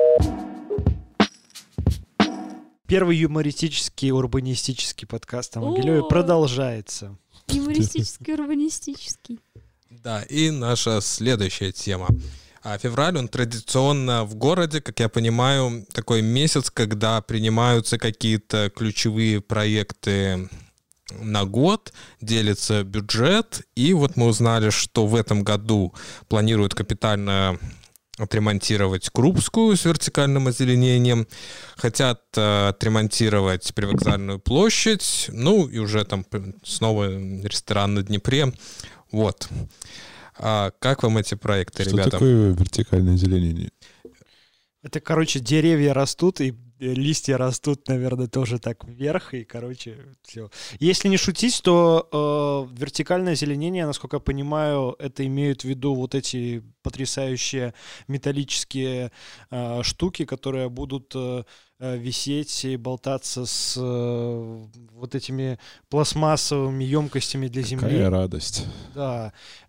Первый юмористический, урбанистический подкаст о Могилеве продолжается. Юмористический, урбанистический. Да, и наша следующая тема. Февраль, он традиционно в городе, как я понимаю, такой месяц, когда принимаются какие-то ключевые проекты на год, делится бюджет, и вот мы узнали, что в этом году планируют капитально отремонтировать Крупскую с вертикальным озеленением, хотят отремонтировать Привокзальную площадь, и уже там снова ресторан на Днепре. Вот. А как вам эти проекты, ребята? Что такое вертикальное озеленение? Это, деревья растут, и листья растут, наверное, тоже так вверх, и, все. Если не шутить, то вертикальное озеленение, насколько я понимаю, это имеют в виду вот эти потрясающие металлические штуки, которые будут висеть и болтаться с вот этими пластмассовыми емкостями для земли. Какая радость. Да.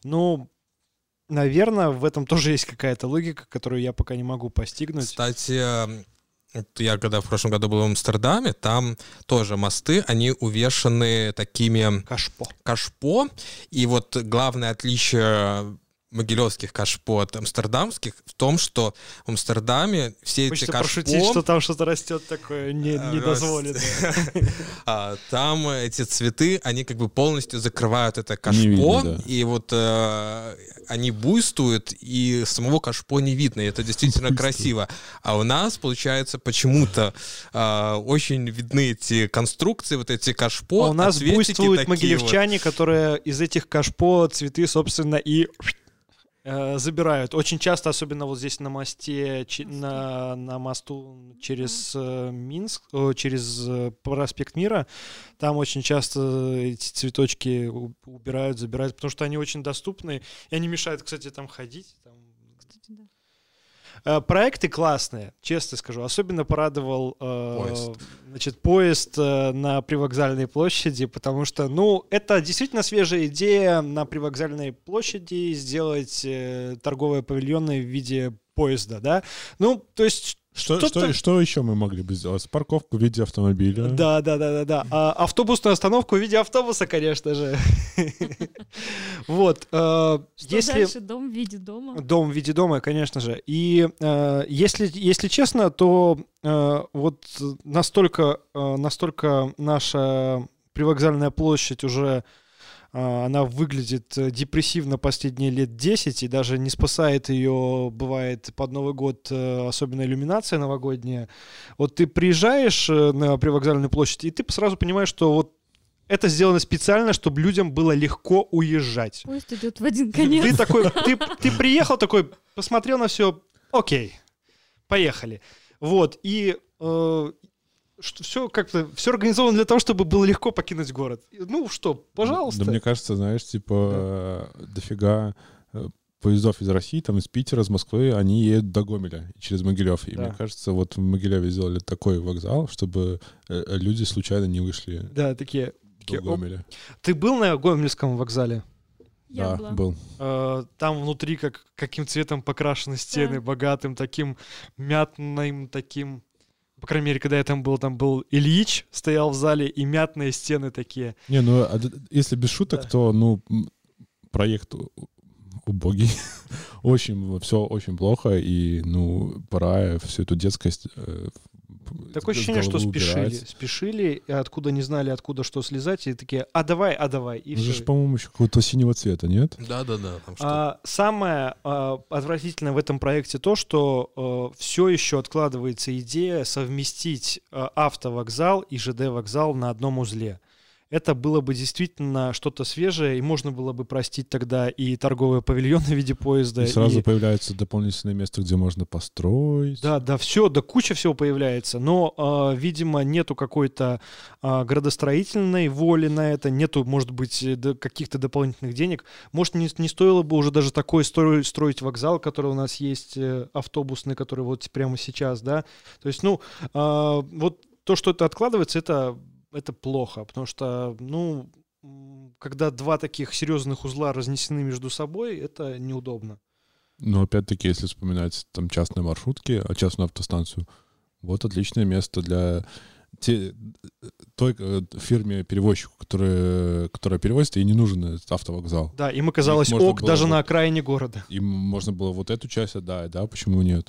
Наверное, в этом тоже есть какая-то логика, которую я пока не могу постигнуть. Кстати, я когда в прошлом году был в Амстердаме, там тоже мосты, они увешаны такими кашпо. И вот главное отличие могилевских кашпо от амстердамских в том, что в Амстердаме все эти кашпо... пошутить, что там что-то растет такое недозволенное. Там эти цветы, они полностью закрывают это кашпо, и вот они буйствуют, и самого кашпо не видно, и это действительно красиво. А у нас, получается, почему-то очень видны эти конструкции, вот эти кашпо. А у нас буйствуют могилевчане, которые из этих кашпо цветы, собственно, и... забирают. Очень часто, особенно вот здесь на мосте, на мосту через Минск, через проспект Мира, там очень часто эти цветочки убирают, забирают, потому что они очень доступны, и они мешают, кстати, там ходить. Кстати, да. Проекты классные, честно скажу. Особенно порадовал поезд на Привокзальной площади, потому что, это действительно свежая идея на Привокзальной площади сделать торговые павильоны в виде поезда, да? То есть... Что еще мы могли бы сделать? Парковку в виде автомобиля. Да. Автобусную остановку в виде автобуса, конечно же. Вот. Дальше? Дом в виде дома? Дом в виде дома, конечно же. И если честно, то вот настолько наша Привокзальная площадь уже... Она выглядит депрессивно последние лет 10, и даже не спасает ее, бывает, под Новый год, особенно иллюминация новогодняя. Вот ты приезжаешь на Привокзальную площадь, и ты сразу понимаешь, что вот это сделано специально, чтобы людям было легко уезжать. Поезд идет в один конец. Ты приехал такой, посмотрел на все, окей, поехали. Вот, и... все все организовано для того, чтобы было легко покинуть город. Пожалуйста. Да, мне кажется, знаешь, дофига поездов из России, там из Питера, из Москвы, они едут до Гомеля через Могилев. И Да. мне кажется, вот в Могилеве сделали такой вокзал, чтобы люди случайно не вышли Да, такие. до Гомеля. Ты был на Гомельском вокзале? Я Да, была. был. Там внутри каким цветом покрашены стены, Да. богатым, таким мятным, таким... По крайней мере, когда я там был Ильич, стоял в зале, и мятные стены такие. Не, ну, если без шуток, Да. то, ну, проект убогий. Все очень плохо, и, ну, пора всю эту детскость Такое с ощущение, что головы спешили. убирать. Спешили, и откуда не знали, откуда что слезать, и такие, а давай, и Ну, все. же, по-моему, еще какого-то синего цвета, нет? Да-да-да. там что-то. Самое отвратительное в этом проекте то, что все еще откладывается идея совместить автовокзал и ЖД-вокзал на одном узле. Это было бы действительно что-то свежее, и можно было бы простить тогда и торговый павильон в виде поезда. И сразу появляется дополнительное место, где можно построить. Да, все, да куча всего появляется, но, видимо, нету какой-то градостроительной воли на это, нету, может быть, каких-то дополнительных денег. Может, не стоило бы уже даже такой строить вокзал, который у нас есть, автобусный, который вот прямо сейчас, да. То есть, ну, вот то, что это откладывается, это плохо, потому что, ну, когда два таких серьезных узла разнесены между собой, это неудобно. Но опять-таки, если вспоминать там частные маршрутки, частную автостанцию, вот отличное место для той фирме-перевозчику, которая перевозит, и не нужен этот автовокзал. Да, им оказалось можно ок было даже вот- на окраине города. Им можно было вот эту часть отдать, да, почему нет?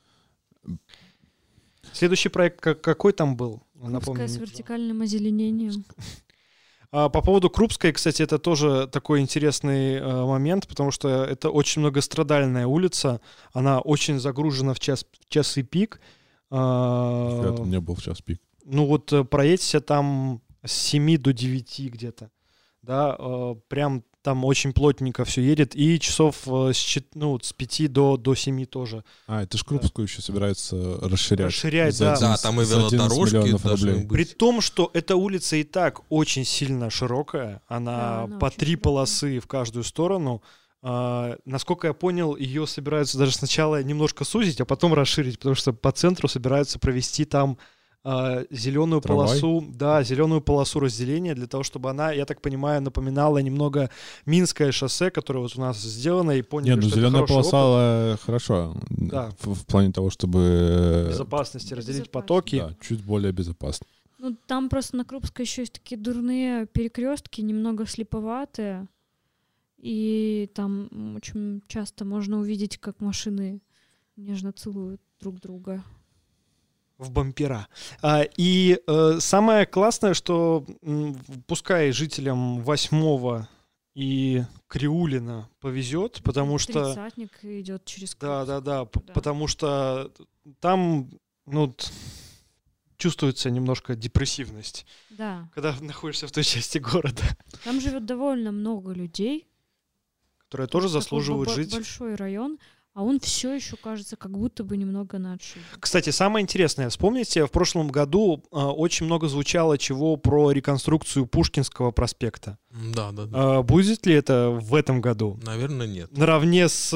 Следующий проект какой там был? Напомню, Крупская с мне, вертикальным озеленением. по поводу Крупской, кстати, это тоже такой интересный момент, потому что это очень многострадальная улица, она очень загружена в часы пик. Я там не был в час пик. Ну вот проедься там с 7 до 9 где-то, да, прям там очень плотненько все едет, и часов с 5 до 7 тоже. Это ж Крупскую еще собираются расширять. Расширять, За да. 11 Да, там и за 11 велодорожки миллионов должны рублей. При быть. том, что эта улица и так очень сильно широкая, Да, она она по очень 3 широкая. полосы в каждую сторону. Насколько я понял, ее собираются даже сначала немножко сузить, а потом расширить, потому что по центру собираются провести там зеленую Трамвай? полосу, да, зеленую полосу разделения для того, чтобы она, я так понимаю, напоминала немного Минское шоссе, которое вот у нас сделано, и поняли, Нет, ну что это зеленая хороший полоса хорошо. Да. В плане того, опыт чтобы безопасности, разделить Безопасно. потоки. да, чуть более безопасно. Ну, там просто на Крупской еще есть такие дурные перекрестки, немного слеповатые. И там очень часто можно увидеть, как машины нежно целуют друг друга. В бампера. И самое классное, что пускай жителям 8 и Криулина повезет, потому что... Тридцатник идет через Да, Крупскую. Да. потому что там, чувствуется немножко депрессивность, Да. когда находишься в той части города, Там живет довольно много людей. которая тоже Такой заслуживают жить. Большой район, а он все еще кажется, как будто бы немного на отшибе. Кстати, самое интересное, вспомните, в прошлом году очень много звучало чего про реконструкцию Пушкинского проспекта. Да. Будет ли это в этом году? Наверное, нет. Наравне с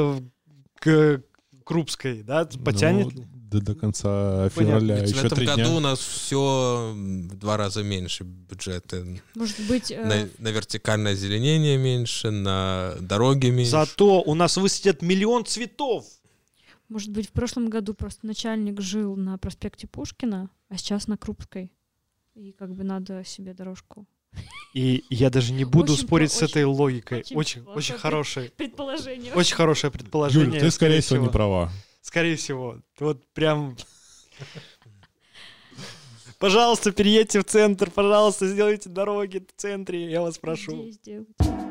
Крупской, да? Потянет ли? До конца Понятно. февраля Ведь в еще этом 3 году дня. у нас все в 2 раза меньше бюджеты. Может быть, На вертикальное озеленение меньше, на дороги меньше. Зато у нас высадят 1 000 000 цветов. может быть, в прошлом году просто начальник жил на проспекте Пушкина, а сейчас на Крупской. И как бы надо себе дорожку. И я даже не буду Очень спорить с очень- этой логикой. очень Очень плохое хорошее. Предположение. Очень хорошее предположение. Юль, ты, скорее всего, не права. Скорее всего. Вот прям... Пожалуйста, переедьте в центр, пожалуйста, сделайте дороги в центре, я вас прошу. Здесь делать.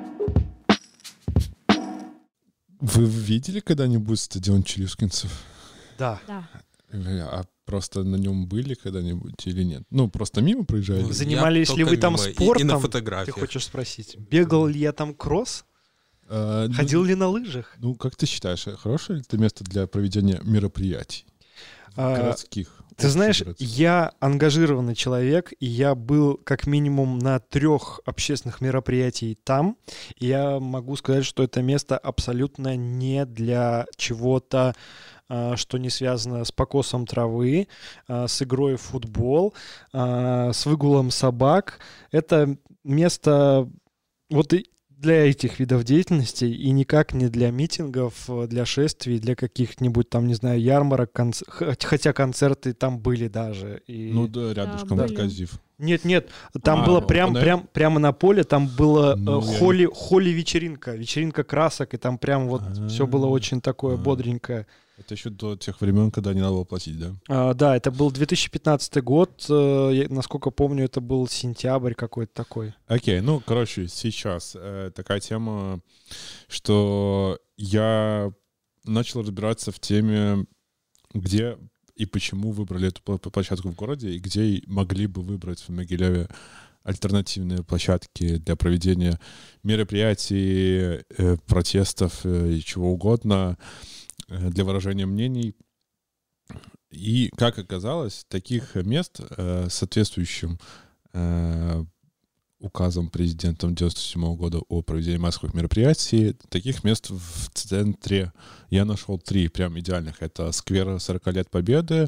Вы видели когда-нибудь стадион челюскинцев? Да. Да. А просто на нем были когда-нибудь или нет? Ну, просто мимо проезжали? Ну, Занимались Я ли вы только там мимо, и спортом? на Ты фотографиях. хочешь спросить? Бегал ли я там кросс? Ну, Ходил ли на лыжах? Ну, как ты считаешь, хорошее ли это место для проведения мероприятий? Городских. Ты знаешь, Общегородских. я ангажированный человек, и я был как минимум на 3 общественных мероприятиях там. И я могу сказать, что это место абсолютно не для чего-то, что не связано с покосом травы, с игрой в футбол, с выгулом собак. Это место вот и для этих видов деятельности и никак не для митингов, для шествий, для каких-нибудь там, не знаю, ярмарок, хотя концерты там были даже. И... Ну да, рядышком были. Арказив. Нет, там было прямо на поле, там было холли-вечеринка, вечеринка красок, и там прям вот все было очень такое бодренькое. Это еще до тех времен, когда не надо было платить, да? Да, это был 2015 год, насколько помню, это был сентябрь какой-то такой. Окей, ну, короче, сейчас такая тема, что я начал разбираться в теме, где и почему выбрали эту площадку в городе, и где могли бы выбрать в Могилеве альтернативные площадки для проведения мероприятий, протестов и чего угодно, для выражения мнений. И, как оказалось, таких мест соответствующим указом президента 1997 года о проведении массовых мероприятий, таких мест в центре я нашел 3 прям идеальных. Это сквер 40 лет Победы,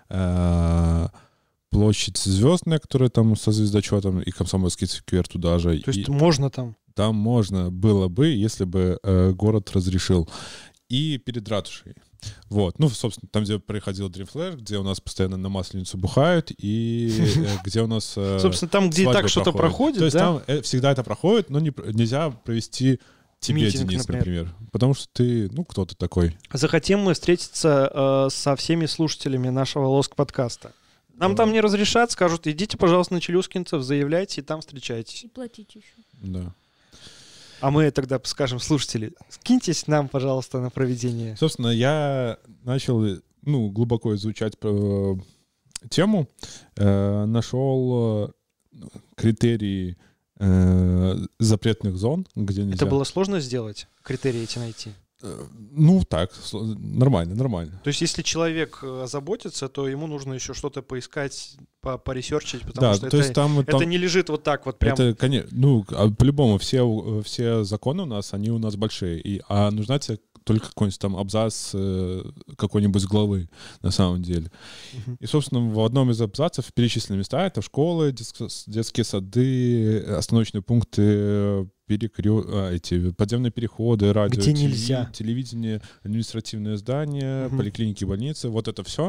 площадь Звездная, которая там со звездочетом, и Комсомольский сквер туда же. То есть можно там? Там можно было бы, если бы город разрешил. И перед ратушей. Вот. Ну, собственно, там, где проходил Dream Flash, где у нас постоянно на Масленицу бухают, и где у нас собственно, там, где и так что-то проходит, то есть да? там всегда это проходит, но нельзя провести тебе, митинг, Денис, например. Потому что ты, ну, кто-то такой. Захотим мы встретиться со всеми слушателями нашего Лоск-подкаста. Нам там не разрешат, скажут, идите, пожалуйста, на Челюскинцев, заявляйте, и там встречайтесь. И платить еще. Да. А мы тогда скажем, слушатели, скиньтесь нам, пожалуйста, на проведение. Собственно, я начал, ну, глубоко изучать тему, нашел критерии запретных зон, где нельзя. Это было сложно сделать, критерии эти найти? Ну, так, нормально. То есть, если человек заботится, то ему нужно еще что-то поискать, поресерчить, потому что то есть это не лежит вот так вот прям. Это, конечно, ну, по-любому, все законы у нас, они у нас большие, а нужна тебе только какой-нибудь там абзац какой-нибудь главы, на самом деле. И, собственно, в одном из абзацев перечислены места — это школы, детские сады, остановочные пункты, эти подземные переходы, радио, где нельзя. телевидение, административные здания, поликлиники, больницы, вот это все.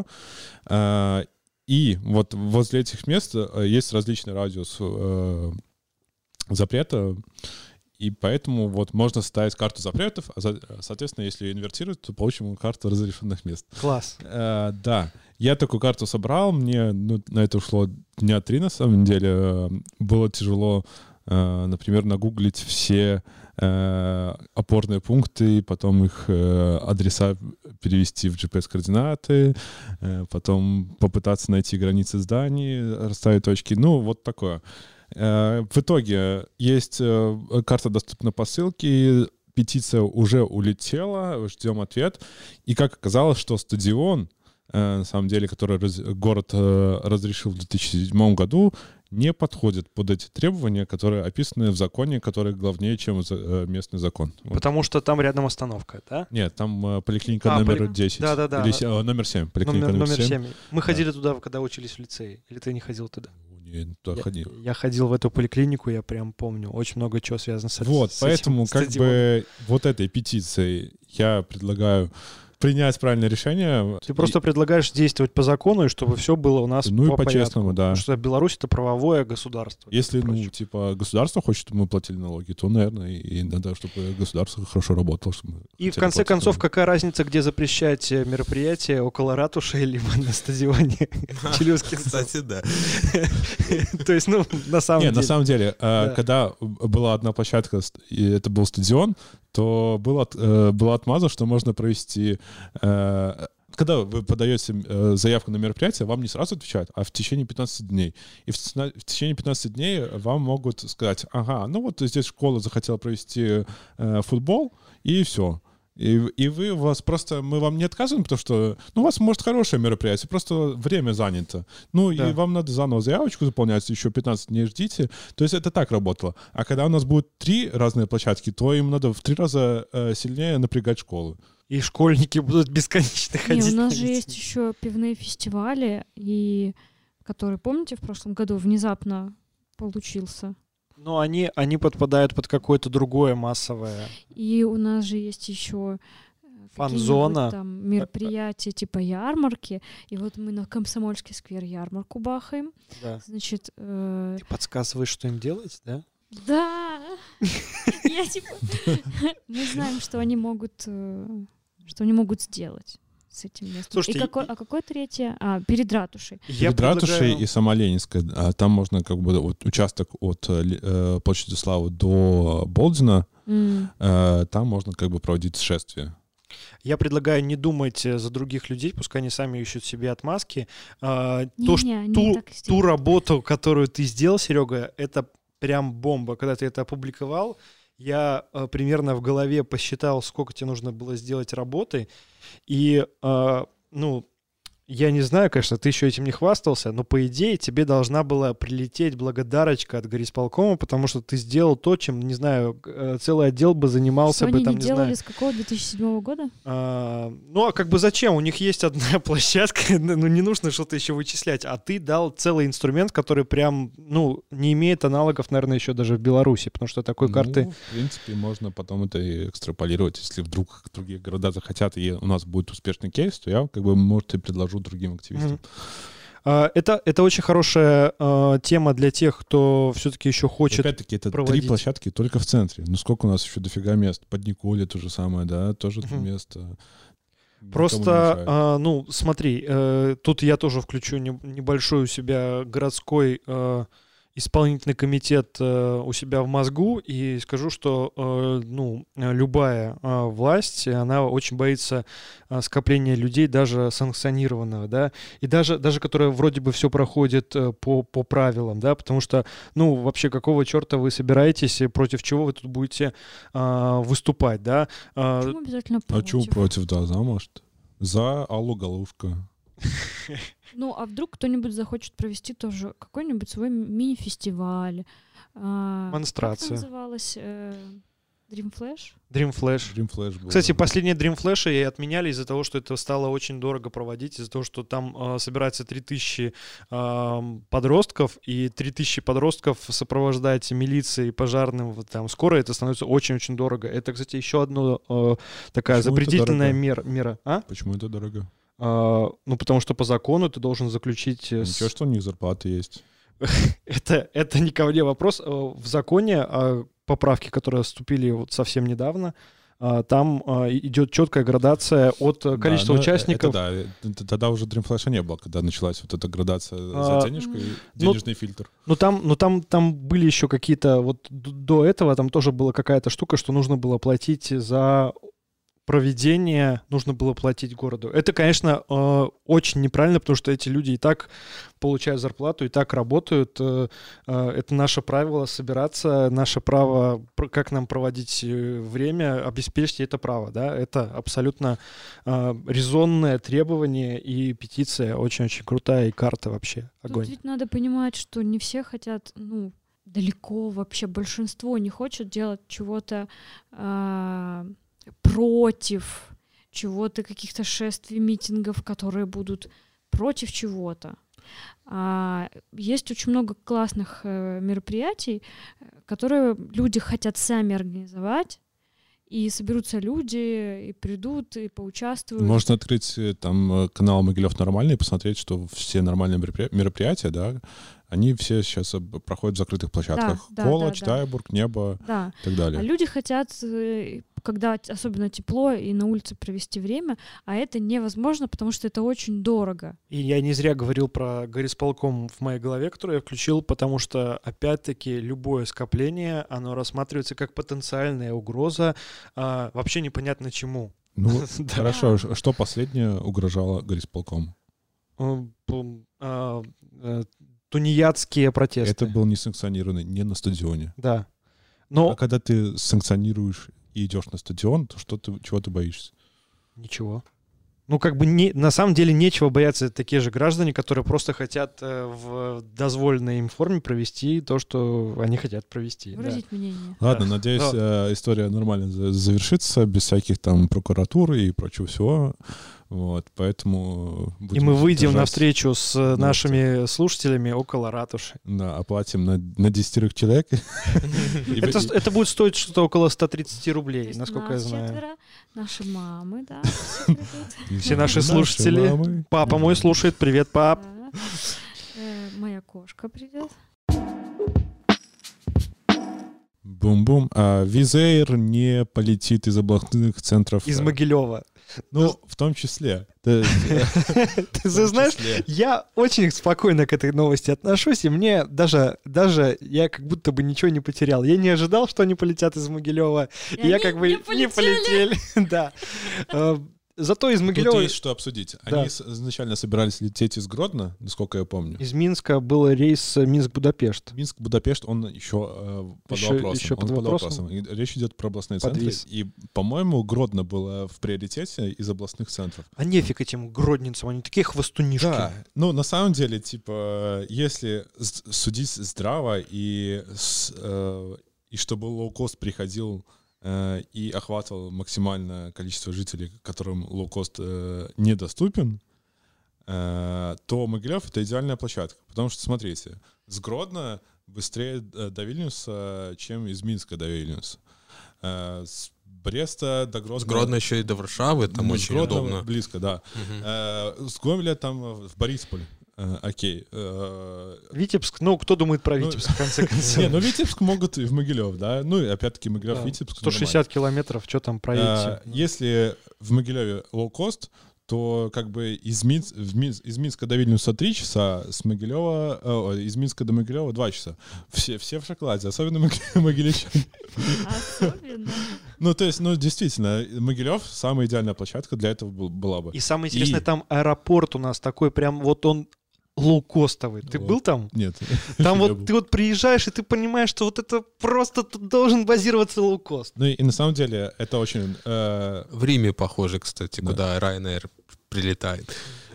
И вот возле этих мест есть различный радиус запрета, и поэтому вот можно ставить карту запретов, а соответственно, если инвертировать, то получим карту разрешенных мест. Класс. Да, я такую карту собрал, мне на это ушло дня 3 на самом деле. Было тяжело, например, нагуглить все опорные пункты, потом их адреса перевести в GPS-координаты, потом попытаться найти границы зданий, расставить точки. Ну, вот такое. В итоге есть карта доступна по ссылке, петиция уже улетела, ждем ответ. И как оказалось, что стадион, на самом деле, который город разрешил в 2007 году, не подходит под эти требования, которые описаны в законе, который главнее, чем местный закон. Потому что там рядом остановка, да? Нет, там поликлиника номер 10. Да. Или номер 7. Поликлиника номер 7. Мы ходили туда, когда учились в лицее. Или ты не ходил туда? Нет, туда ходил. Я ходил в эту поликлинику, я прям помню. Очень много чего связано с этим. Вот, поэтому как бы вот этой петицией я предлагаю принять правильное решение. Ты просто предлагаешь действовать по закону, и чтобы все было у нас ну по и по-честному, да. Потому что Беларусь — это правовое государство. Если, типа, государство хочет, чтобы мы платили налоги, то, наверное, и надо, чтобы государство хорошо работало. Чтобы и в конце концов, какая разница, где запрещать мероприятия, около ратуши либо на стадионе Челюскинцев? Кстати, да. То есть, на самом деле. Нет, на самом деле, когда была одна площадка, и это был стадион, то была отмаза, что можно провести... Когда вы подаете заявку на мероприятие, вам не сразу отвечают, а в течение 15 дней. И в течение 15 дней вам могут сказать, ага, ну вот здесь школа захотела провести футбол, и все. И вы, мы вам не отказываем, потому что, у вас, может, хорошее мероприятие, просто время занято. И вам надо заново заявочку заполнять, еще 15 дней ждите. То есть это так работало. А когда у нас будут 3 разные площадки, то им надо в 3 раза сильнее напрягать школы. И школьники будут бесконечно ходить. У нас же есть еще пивные фестивали, которые, помните, в прошлом году внезапно получился. Но они подпадают под какое-то другое массовое. И у нас же есть еще фан-зона, там мероприятия типа ярмарки. И вот мы на Комсомольский сквер ярмарку бахаем. Да. Значит, Ты подсказываешь, что им делать, да? Да. Мы знаем, что они могут сделать с этим местом. Слушайте, какое третье? Перед ратушей. Перед ратушей и Самоленинская. А там можно участок от площади Славы до Болдина, там можно проводить шествие. Я предлагаю не думать за других людей, пускай они сами ищут себе отмазки. Ту работу, которую ты сделал, Серега, это прям бомба. Когда ты это опубликовал, я примерно в голове посчитал, сколько тебе нужно было сделать работы. И, я не знаю, конечно, ты еще этим не хвастался, но, по идее, тебе должна была прилететь благодарочка от горисполкома, потому что ты сделал то, чем, не знаю, целый отдел бы занимался. Что бы они там, не делали с какого 2007 года? Зачем? У них есть одна площадка, не нужно что-то еще вычислять. А ты дал целый инструмент, который прям, не имеет аналогов, наверное, еще даже в Беларуси, потому что такой карты... В принципе, можно потом это и экстраполировать. Если вдруг другие города захотят, и у нас будет успешный кейс, то я, может, и предложу другим активистам. Это очень хорошая тема для тех, кто все-таки еще хочет опять-таки, это проводить. 3 площадки только в центре. Сколько у нас еще дофига мест? Под Николе то же самое, да? Тоже место. Просто, смотри, тут я тоже включу небольшой у себя городской исполнительный комитет у себя в мозгу и скажу, что любая власть, она очень боится скопления людей, даже санкционированного, да, и даже которая вроде бы все проходит по правилам, да, потому что, вообще, какого черта вы собираетесь, против чего вы тут будете выступать, да? Почему обязательно против? А чего против, да, может? За Аллу Головка. А вдруг кто-нибудь захочет провести тоже какой-нибудь свой мини-фестиваль? Монстрация. Как называлось? Dream Flash? Dream Flash был. Кстати, последние Dream Flash и отменяли из-за того, что это стало очень дорого проводить, из-за того, что там собирается 3000 подростков, и 3000 подростков сопровождать милицией, пожарным, там, скоро это становится очень-очень дорого. Это, кстати, еще одна такая запретительная мера. Почему это дорого? Потому что по закону ты должен заключить... Ничего, что у них зарплаты есть. Это не ко мне вопрос. В законе поправки, которые вступили вот совсем недавно, там идет четкая градация от количества участников. Тогда уже Dream Flash не было, когда началась вот эта градация за денежку и денежный фильтр. Там были еще какие-то... Вот до этого там тоже была какая-то штука, что нужно было платить за... проведение, нужно было платить городу. Это, конечно, очень неправильно, потому что эти люди и так получают зарплату, и так работают. Это наше правило собираться, наше право, как нам проводить время, обеспечьте это право. Да? Это абсолютно резонное требование, и петиция очень-очень крутая, и карта вообще огонь. Тут ведь надо понимать, что не все хотят, далеко вообще, большинство не хочет делать чего-то против чего-то, каких-то шествий, митингов, которые будут против чего-то. Есть очень много классных мероприятий, которые люди хотят сами организовать, и соберутся люди, и придут, и поучаствуют. Можно открыть там канал Могилев Нормальный и посмотреть, что все нормальные мероприятия, да, они все сейчас проходят в закрытых площадках. Колочь, Тайбург, Небо и так далее. А люди хотят, когда особенно тепло, и на улице провести время, а это невозможно, потому что это очень дорого. И я не зря говорил про горисполком в моей голове, который я включил, потому что, опять-таки, любое скопление, оно рассматривается как потенциальная угроза, вообще непонятно чему. Хорошо, что последнее угрожало горисполкому? Тунеядские протесты. Это был несанкционированный, не на стадионе. Да. А когда ты санкционируешь и идешь на стадион, то чего ты боишься? Ничего. Ну, как бы на самом деле нечего бояться. Это такие же граждане, которые просто хотят в дозволенной им форме провести то, что они хотят провести. Выразить мнение. Ладно, надеюсь, история нормально завершится, без всяких там прокуратур и прочего всего. Вот, поэтому... И мы выйдем навстречу с нашими слушателями около ратуши. Да, оплатим на 10 человек. Это будет стоить что-то около 130 рублей, насколько я знаю. Наши мамы, да. Все наши слушатели. Папа мой слушает. Привет, пап. Моя кошка придет. Бум-бум. А Wizz Air не полетит из областных центров. Из Могилева. Ну, в том числе. Ты знаешь, я очень спокойно к этой новости отношусь, и мне даже я как будто бы ничего не потерял. Я не ожидал, что они полетят из Могилева, и я как бы не полетели. Да. Зато из Могилева... Тут есть что обсудить. Они изначально собирались лететь из Гродно, насколько я помню. Из Минска был рейс Минск-Будапешт. Минск-Будапешт, он еще под вопросом. Речь идет про областные центры. И, по-моему, Гродно было в приоритете из областных центров. А нефиг этим гродненцам, они такие хвостунишки. Да, ну, на самом деле, типа, если судить здраво и чтобы лоукост приходил и охватывал максимальное количество жителей, которым лоукост недоступен, то Могилев — это идеальная площадка. Потому что, смотрите, с Гродно быстрее до Вильнюса, чем из Минска до Вильнюса. С Бреста до Гродно... С Гродно еще и до Варшавы, там очень удобно. Близко, да. С Гомеля там в Борисполь. Окей. Витебск, ну, кто думает про Витебск, в конце концов? Не, ну Витебск могут и в Могилев, да. Ну, и опять-таки Могилев, Витебск. 160 километров, что там проедете? Если в Могилеве лоукост, то как бы из Минска до Вильнюса 3 часа, из Минска до Могилева 2 часа. Все в шоколаде, особенно могилевчане. Особенно. Ну, то есть, действительно, Могилев — самая идеальная площадка для этого была бы. И самое интересное, там аэропорт у нас такой, прям вот он лоукостовый. Ты был там? Нет. Там вот ты вот приезжаешь, и ты понимаешь, что вот это просто тут должен базироваться лоукост. Ну и на самом деле это очень... В Риме похоже, кстати, куда Ryanair прилетает.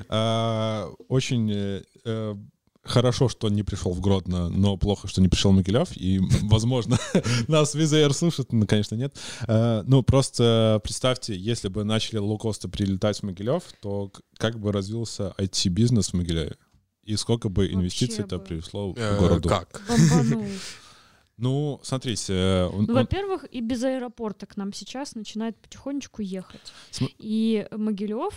Очень... Хорошо, что не пришел в Гродно, но плохо, что не пришел в Могилев. И, возможно, нас Wizz Air слушает, но, конечно, нет. Ну, просто представьте, если бы начали лоукосты прилетать в Могилев, то как бы развился IT-бизнес в Могилеве? И сколько бы инвестиций это принесло в городу? Как? Ну, смотрите. Во-первых, и без аэропорта к нам сейчас начинает потихонечку ехать. И Могилев,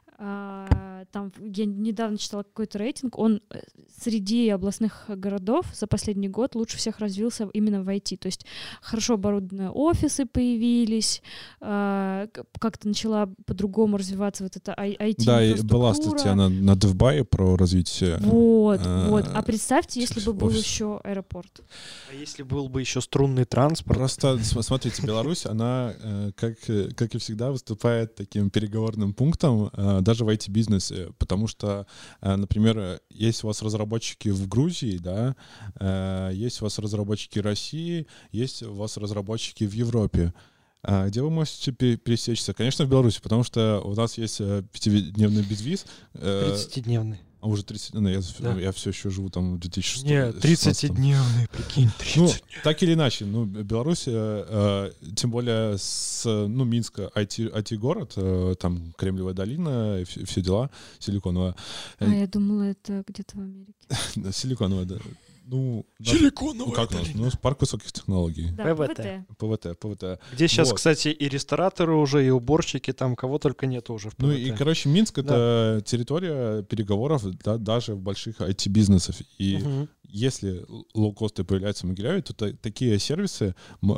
там я недавно читала какой-то рейтинг, он среди областных городов за последний год лучше всех развился именно в IT. То есть хорошо оборудованные офисы появились, как-то начала по-другому развиваться вот эта IT-инфраструктура. Да, и была статья на DevBuy про развитие. Вот. А представьте, если бы был еще аэропорт. А если был бы еще струнный транспорт? Просто смотрите, Беларусь, она, как и всегда, выступает таким переговорным пунктом, даже в IT-бизнесе, потому что, например, есть у вас разработчики в Грузии, да, есть у вас разработчики России, есть у вас разработчики в Европе. Где вы можете пересечься? Конечно, в Беларуси, потому что у нас есть 5-дневный безвиз. 30-дневный. А уже 30, я все еще живу там в 2006. Нет, 30-дневный, прикинь, 30 дней. Так или иначе, Беларусь, тем более с Минска IT-город, там Кремниевая долина, все дела, силиконовая. Я думала, это где-то в Америке. Силиконовая, да. Силиконовая как у нас? Парк высоких технологий. Да, ПВТ. Где сейчас, кстати, и рестораторы уже, и уборщики, там кого только нет уже в ПВТ. Ну и, короче, Минск — это территория переговоров, да, даже в больших IT-бизнесов. И если лоукосты появляются в Могилеве, то такие сервисы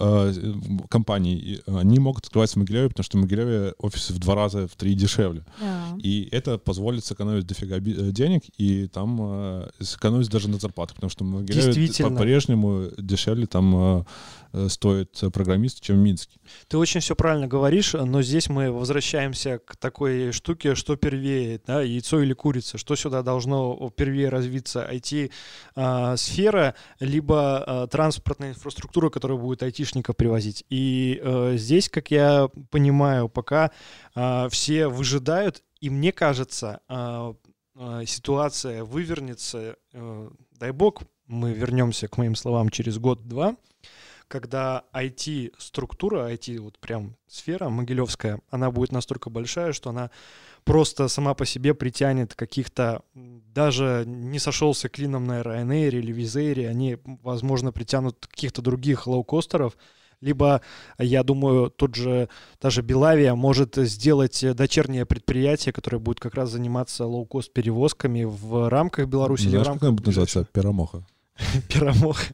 компаний, они могут открываться в Могилеве, потому что в Могилеве офисы в 2 раза, в 3 дешевле. Да. И это позволит сэкономить дофига денег, и там сэкономить даже на зарплатах, потому что в Могилеве по-прежнему дешевле там стоит программист, чем в Минске. Ты очень все правильно говоришь, но здесь мы возвращаемся к такой штуке, что первее, да, яйцо или курица, что сюда должно первее развиться, IT сфера, либо транспортная инфраструктура, которая будет айтишников привозить. И здесь, как я понимаю, пока все выжидают, и мне кажется, ситуация вывернется, дай бог, мы вернемся к моим словам через год-два, когда IT-структура, вот прям сфера могилевская, она будет настолько большая, что она просто сама по себе притянет каких-то, даже не сошелся клином на Ryanair или Wizz Air, они, возможно, притянут каких-то других лоукостеров, либо, я думаю, та же Белавия может сделать дочернее предприятие, которое будет как раз заниматься лоукост-перевозками в рамках Беларуси. Знаешь, или в как рамках... она будет называться? Перамоха. Перамоха.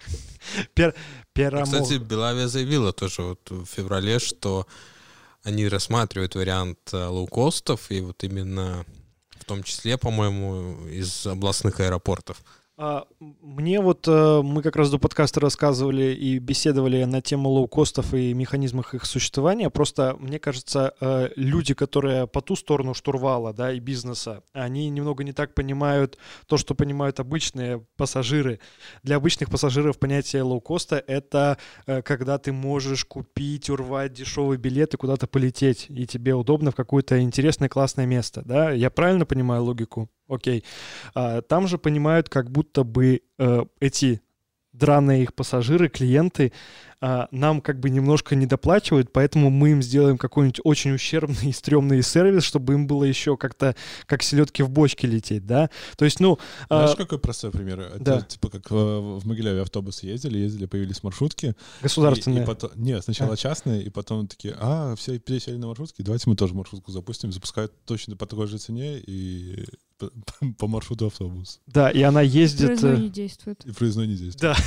Кстати, Белавия заявила тоже вот в феврале, что они рассматривают вариант лоукостов, и вот именно в том числе, по-моему, из областных аэропортов. Мне мы как раз до подкаста рассказывали и беседовали на тему лоукостов и механизмах их существования. Просто, мне кажется, люди, которые по ту сторону штурвала, да, и бизнеса, они немного не так понимают то, что понимают обычные пассажиры. Для обычных пассажиров понятие лоукоста — это когда ты можешь купить, урвать дешевый билет и куда-то полететь, и тебе удобно в какое-то интересное, классное место. Да? Я правильно понимаю логику? Окей. Там же понимают, как будто бы эти драные их пассажиры, клиенты, нам как бы немножко недоплачивают, поэтому мы им сделаем какой-нибудь очень ущербный и стрёмный сервис, чтобы им было еще как-то как селедки в бочке лететь, да? То есть, Знаешь, какой простой пример? Да. Это типа как в Могилеве автобусы ездили, появились маршрутки. Государственные. Нет, сначала частные, и потом такие, все пересели на маршрутки, давайте мы тоже маршрутку запустим. Запускают точно по такой же цене и по маршруту автобус. Да, и она ездит... Проездной не действует. И проездной не действует. Да.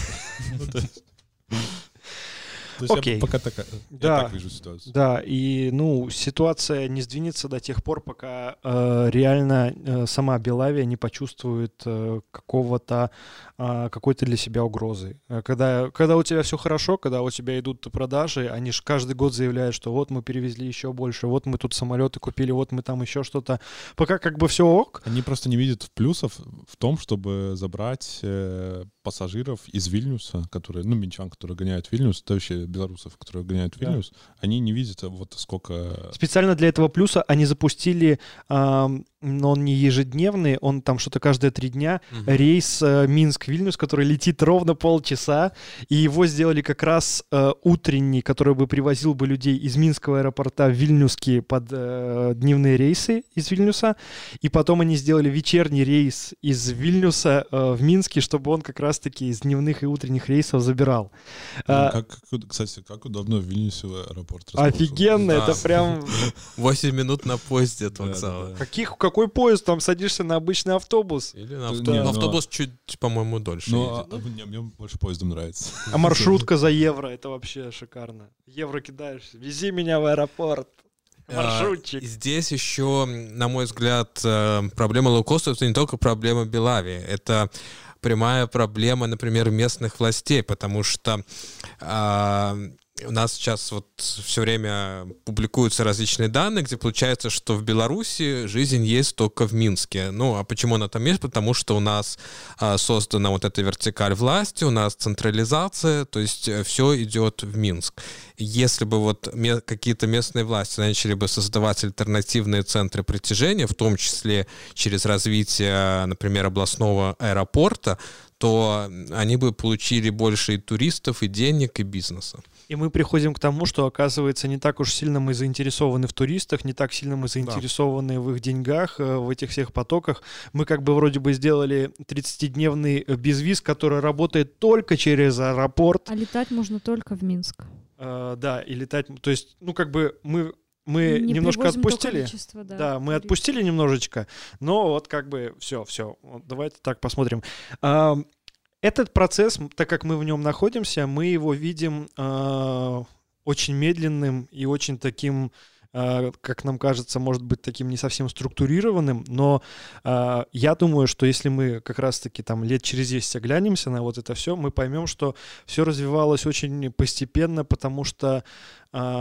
То есть Окей. я пока я так вижу ситуацию. Да, и ситуация не сдвинется до тех пор, пока реально сама Белавия не почувствует какой-то для себя угрозы. Когда у тебя все хорошо, когда у тебя идут продажи, они же каждый год заявляют, что вот мы перевезли еще больше, вот мы тут самолеты купили, вот мы там еще что-то. Пока как бы все ок. Они просто не видят плюсов в том, чтобы забрать пассажиров из Вильнюса, минчан, которые гоняют Вильнюс, это вообще белорусов, которые гоняют Вильнюс, они не видят вот сколько... Специально для этого плюса они запустили, но он не ежедневный, он там что-то каждые 3 дня, рейс Минск-Вильнюс, который летит ровно полчаса, и его сделали как раз утренний, который бы привозил бы людей из Минского аэропорта в Вильнюсский под дневные рейсы из Вильнюса, и потом они сделали вечерний рейс из Вильнюса в Минске, чтобы он как раз-таки из дневных и утренних рейсов забирал. Кстати, как удобно в Вильнюсе аэропорт. Офигенно, Да. это прям... 8 минут на поезде от вокзала. Какой поезд? Там садишься на обычный автобус. Или на Не, ну, автобус чуть, по-моему, дольше едет. Мне больше поездом нравится. А маршрутка за евро, это вообще шикарно. Евро кидаешь, вези меня в аэропорт. Маршрутчик. Здесь еще, на мой взгляд, проблема лоукоста — это не только проблема Белавии, это прямая проблема, например, местных властей, потому что у нас сейчас вот все время публикуются различные данные, где получается, что в Беларуси жизнь есть только в Минске. А почему она там есть? Потому что у нас создана вот эта вертикаль власти, у нас централизация, то есть все идет в Минск. Если бы вот какие-то местные власти начали бы создавать альтернативные центры притяжения, в том числе через развитие, например, областного аэропорта, то они бы получили больше и туристов, и денег, и бизнеса. И мы приходим к тому, что, оказывается, не так уж сильно мы заинтересованы в туристах, не так сильно мы заинтересованы в их деньгах, в этих всех потоках. Мы как бы вроде бы сделали 30-дневный безвиз, который работает только через аэропорт. А летать можно только в Минск. Да, и летать... То есть, мы Не немножко привозим то отпустили. количество, Да, мы отпустили немножечко, но вот как бы все. Вот давайте так посмотрим. Этот процесс, так как мы в нем находимся, мы его видим очень медленным и очень таким, как нам кажется, может быть, таким не совсем структурированным, но я думаю, что если мы как раз-таки там лет через 10 оглянемся на вот это все, мы поймем, что все развивалось очень постепенно, потому что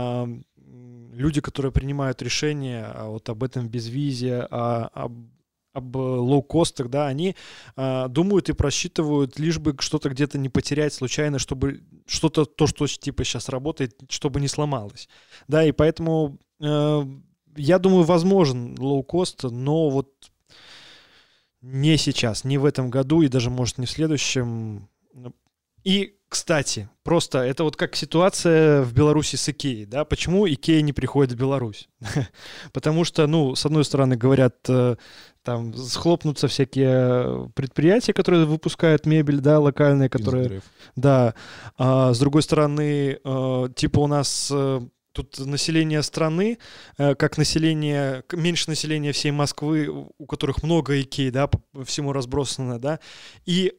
люди, которые принимают решения вот об этом безвизе, об лоукостах, да, они думают и просчитывают, лишь бы что-то где-то не потерять случайно, чтобы что-то, то, что типа сейчас работает, чтобы не сломалось. Да, и поэтому я думаю, возможен лоукост, но вот не сейчас, не в этом году и даже, может, не в следующем. И, кстати, просто это вот как ситуация в Беларуси с Икеей, да, почему Икея не приходит в Беларусь? Потому что, ну, с одной стороны, говорят, там схлопнутся всякие предприятия, которые выпускают мебель, да, локальные, которые... Да, а с другой стороны, типа у нас... Тут население страны, как население, меньше населения всей Москвы, у которых много Икей, да, по всему разбросано, да, и...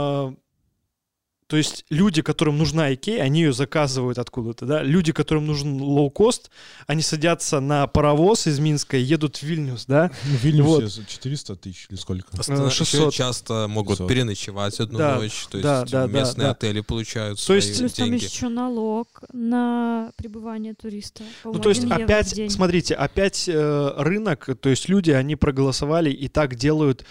То есть люди, которым нужна Икея, они ее заказывают откуда-то, да. Люди, которым нужен лоукост, они садятся на паровоз из Минска и едут в Вильнюс, да. В Вильнюсе 400 тысяч или сколько? 600. Часто могут 600. Переночевать одну ночь, то есть местные отели получают свои деньги. Плюс там есть еще налог на пребывание туриста. Ну, то есть опять, смотрите, опять рынок, то есть люди, они проголосовали и так делают.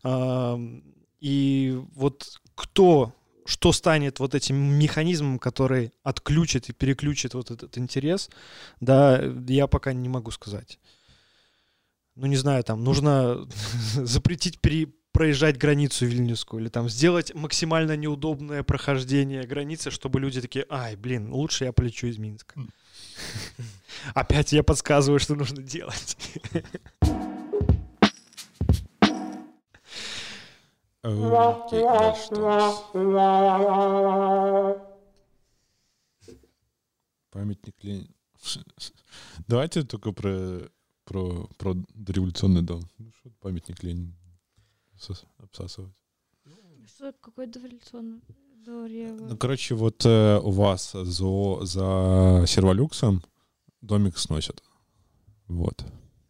И вот что станет вот этим механизмом, который отключит и переключит вот этот интерес, да, я пока не могу сказать. Ну, не знаю, там, нужно запретить проезжать границу вильнюсскую или там сделать максимально неудобное прохождение границы, чтобы люди такие, ай, блин, лучше я полечу из Минска. Опять я подсказываю, что нужно делать. Окей, дальше памятник Ленину. Давайте только про дореволюционный дом. Что памятник Ленину обсасывать? Что, какой дореволюционный? Ну, короче, вот у вас за Серволюксом домик сносят. Вот.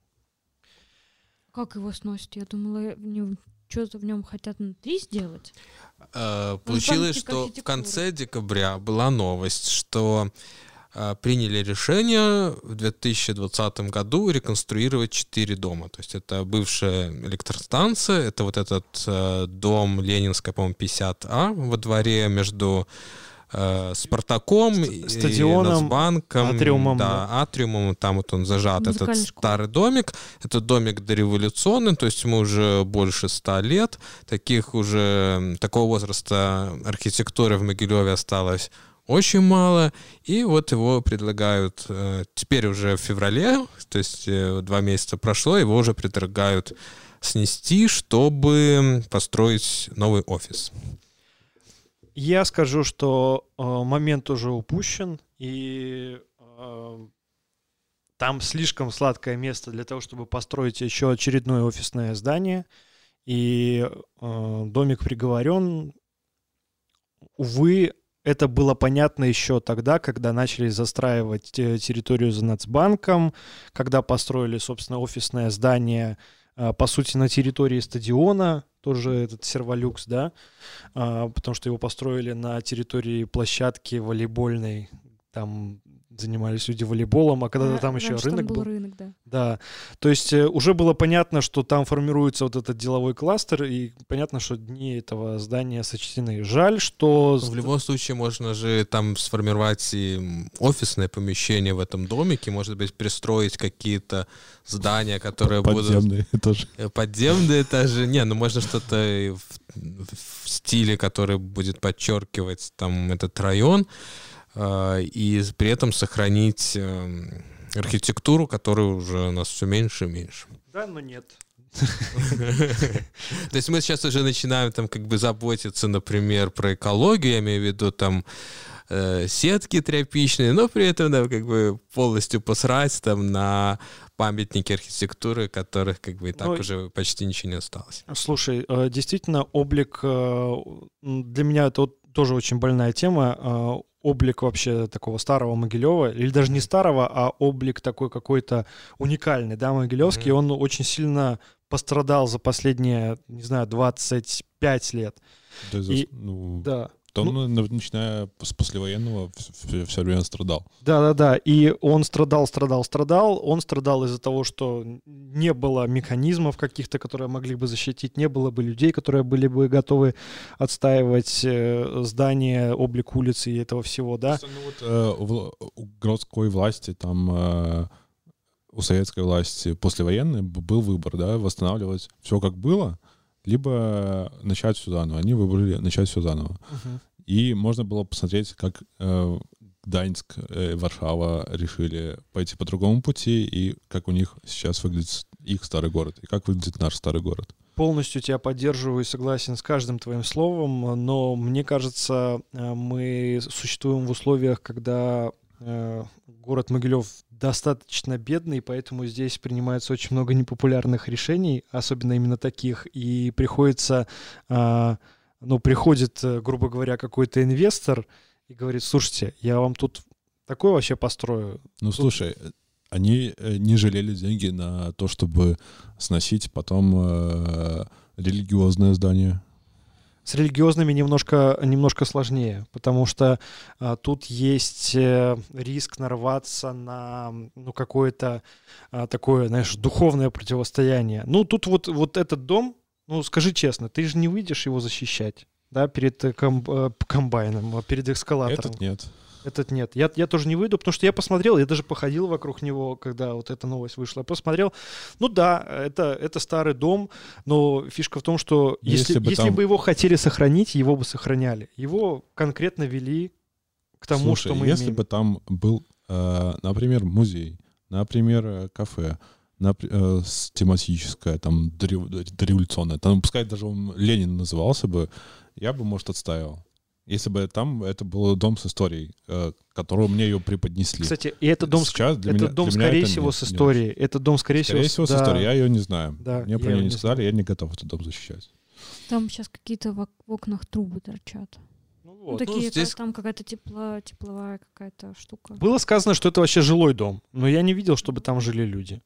Как его сносят? Я думала, что-то в нем хотят внутри сделать. Получилось, что в конце декабря была новость, что приняли решение в 2020 году реконструировать 4 дома. То есть это бывшая электростанция, это вот этот дом Ленинская, по-моему, 50А во дворе между Спартаком, стадионом, и Нацбанком, Атриумом. Да, Атриумом, там вот он зажат, Музыкальная этот школа. старый домик. Это домик дореволюционный, то есть ему уже больше 100 лет. Такого возраста архитектуры в Могилеве осталось очень мало. И вот его предлагают теперь уже в феврале, то есть 2 месяца прошло, его уже предлагают снести, чтобы построить новый офис. Я скажу, что момент уже упущен, и там слишком сладкое место для того, чтобы построить еще очередное офисное здание, и домик приговорен. Увы, это было понятно еще тогда, когда начали застраивать территорию за Нацбанком, когда построили, собственно, офисное здание, по сути, на территории стадиона, тоже этот Серволюкс, да, потому что его построили на территории площадки волейбольной, там занимались люди волейболом, а когда-то там еще рынок был. Рынок, да. Да, то есть уже было понятно, что там формируется вот этот деловой кластер, и понятно, что дни этого здания сочтены. Жаль, что... В любом случае можно же там сформировать и офисное помещение в этом домике, может быть, пристроить какие-то здания, которые подземные будут... Этажи. Подземные этажи. Не, ну можно что-то в стиле, который будет подчеркивать там этот район, и при этом сохранить архитектуру, которая уже у нас все меньше и меньше. Да, но нет. То есть мы сейчас уже начинаем там как бы заботиться, например, про экологию, я имею в виду там сетки тряпичные, но при этом да, как бы полностью посрать там на памятники архитектуры, которых как бы и так уже почти ничего не осталось. Слушай, действительно, облик для меня это вот тоже очень больная тема. Облик вообще такого старого Могилева, или даже не старого, а облик такой какой-то уникальный, да, могилевский, он очень сильно пострадал за последние, не знаю, 25 лет. Да, И, ну, да. То он, начиная с послевоенного, все время страдал. Да. И он страдал. Он страдал из-за того, что не было механизмов каких-то, которые могли бы защитить, не было бы людей, которые были бы готовы отстаивать здание, облик улицы и этого всего, да? У городской власти, там, у советской власти послевоенной был выбор, да, восстанавливать все как было, либо начать все заново. Они выбрали начать все заново. И можно было посмотреть, как Гданьск, Варшава решили пойти по другому пути, и как у них сейчас выглядит их старый город, и как выглядит наш старый город. Полностью тебя поддерживаю и согласен с каждым твоим словом, но мне кажется, мы существуем в условиях, когда город Могилев достаточно бедный, поэтому здесь принимается очень много непопулярных решений, особенно именно таких, и приходит, грубо говоря, какой-то инвестор и говорит: слушайте, я вам тут такое вообще построю. Ну, слушай, они не жалели деньги на то, чтобы сносить потом религиозное здание. С религиозными немножко сложнее, потому что тут есть риск нарваться на какое-то такое, знаешь, духовное противостояние. Ну, тут вот этот дом, ну, скажи честно, ты же не выйдешь его защищать, да, перед комбайном, перед эскалатором. Этот нет. Я тоже не выйду, потому что я посмотрел, я даже походил вокруг него, когда вот эта новость вышла. Я посмотрел. Ну да, это старый дом, но фишка в том, что если бы его хотели сохранить, его бы сохраняли. Его конкретно вели к тому, что мы если имеем. бы там был, например, музей, например, кафе, тематическое, там, дореволюционное, там, пускай даже он Ленин назывался бы, я бы, может, отстаивал. Если бы там это был дом с историей, которого мне ее преподнесли. Кстати, и этот дом, скорее всего, с историей. Это дом, скорее всего, с историей. Я ее не знаю. Да, мне про нее не сказали, я не готов этот дом защищать. Там сейчас какие-то в окнах трубы торчат. Здесь... Там какая-то тепловая какая-то штука. Было сказано, что это вообще жилой дом, но я не видел, чтобы там жили люди.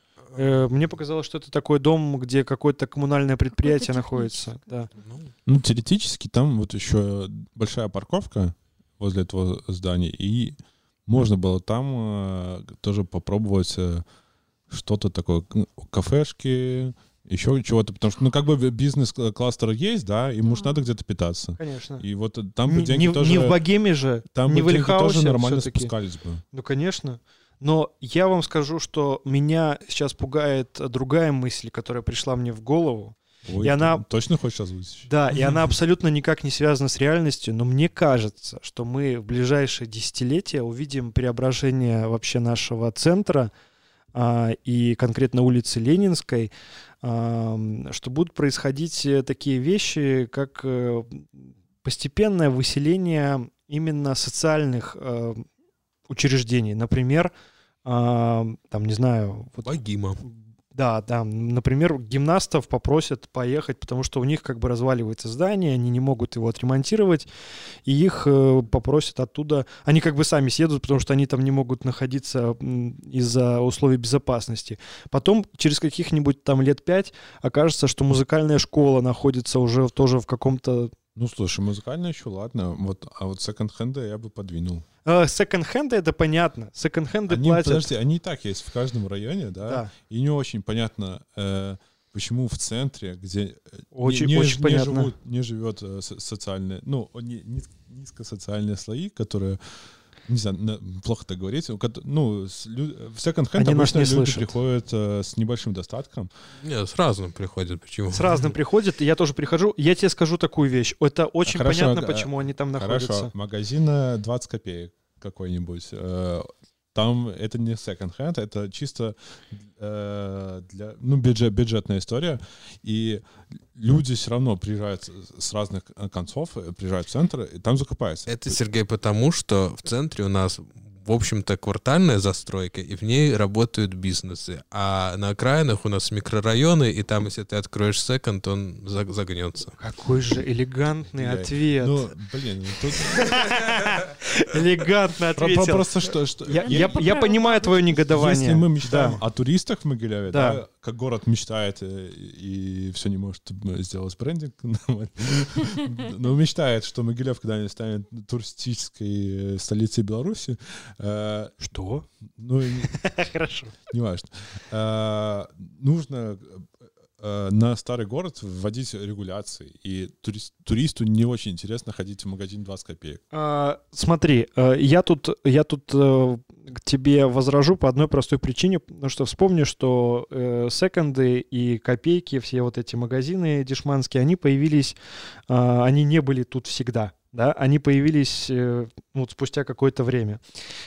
Мне показалось, что это такой дом, где какое-то коммунальное предприятие находится. Да. Ну, теоретически там вот еще большая парковка возле этого здания, и можно было там тоже попробовать что-то такое, кафешки, еще чего-то, потому что, как бы бизнес-кластер есть, да, и может надо где-то питаться. Конечно. И вот там бы деньги тоже... Не в Богеме же, там не бы в деньги Эльхаусе тоже нормально все-таки спускались бы. Ну, конечно. Но я вам скажу, что меня сейчас пугает другая мысль, которая пришла мне в голову. Ой, и она... точно хочешь озвучить? Да, и она абсолютно никак не связана с реальностью, но мне кажется, что мы в ближайшие десятилетия увидим преображение вообще нашего центра и конкретно улицы Ленинской, что будут происходить такие вещи, как постепенное выселение именно социальных учреждений. Например, там, не знаю... Богима. Да, например, гимнастов попросят поехать, потому что у них как бы разваливается здание, они не могут его отремонтировать, и их попросят оттуда... Они как бы сами съедут, потому что они там не могут находиться из-за условий безопасности. Потом, через каких-нибудь там лет 5, окажется, что музыкальная школа находится уже тоже в каком-то... Ну, слушай, музыкальная еще ладно, а вот секонд-хенда я бы подвинул. Секонд-хенды — это понятно. Секонд-хенды платят. Подожди, они и так есть в каждом районе, да? И не очень понятно, почему в центре, где не живет социальные, низкосоциальные слои, которые, не знаю, плохо так говорить, в секонд-хенд обычно люди приходят с небольшим достатком. Нет, с разным приходят. Почему? С разным приходят, и я тоже прихожу. Я тебе скажу такую вещь. Это очень понятно, почему они там находятся. Хорошо, магазин 20 копеек какой-нибудь. Там это не секонд-хенд, это чисто бюджетная история. И люди все равно приезжают с разных концов, приезжают в центр, и там закупаются. Это, Сергей, потому что в центре у нас, в общем-то, квартальная застройка, и в ней работают бизнесы. А на окраинах у нас микрорайоны, и там, если ты откроешь секонд, он загнется. Какой же элегантный ответ. Ну, блин, тут... Элегантно ответил. Просто что... Я понимаю твое негодование. Если мы мечтаем Да. о туристах в Могилеве, Да. да, как город мечтает и все не может сделать брендинг, но мечтает, что Могилев когда-нибудь станет туристической столицей Беларуси. Что? Ну, Хорошо. не важно. Нужно на старый город вводить регуляции, и туристу не очень интересно ходить в магазин 20 копеек. Смотри, я тут к тебе возражу по одной простой причине, потому что вспомни, что секонды и копейки, все вот эти магазины дешманские, они появились, они не были тут всегда. Да, они появились вот спустя какое-то время.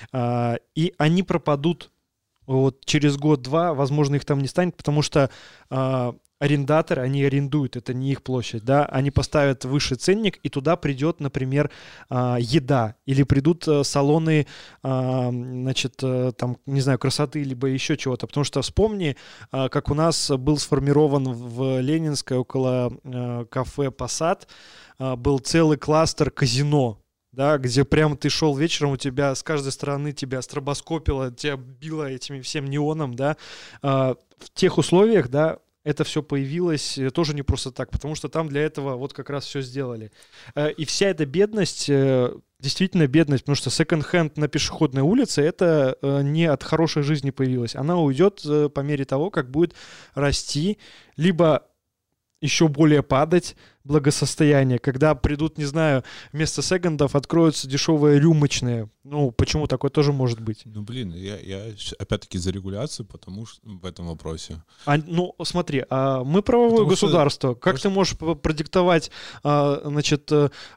И они пропадут вот через год-два, возможно, их там не станет, потому что арендаторы, они арендуют, это не их площадь, да, они поставят выше ценник, и туда придет, например, еда, или придут салоны, значит, там, не знаю, красоты, либо еще чего-то, потому что вспомни, как у нас был сформирован в Ленинской около кафе «Посад», был целый кластер казино, да, где прямо ты шел вечером, у тебя с каждой стороны тебя стробоскопило, тебя било этим всем неоном, да, в тех условиях, да, это все появилось тоже не просто так, потому что там для этого вот как раз все сделали. И вся эта бедность, действительно бедность, потому что секонд-хенд на пешеходной улице, это не от хорошей жизни появилось. Она уйдет по мере того, как будет расти, либо еще более падать благосостояние, когда придут, не знаю, вместо секондов откроются дешевые рюмочные. Ну, почему такое тоже может быть? Ну, блин, я опять-таки за регуляцию, потому что в этом вопросе. Ну, смотри, мы правовое Потому что- государство. Как ты можешь продиктовать, значит,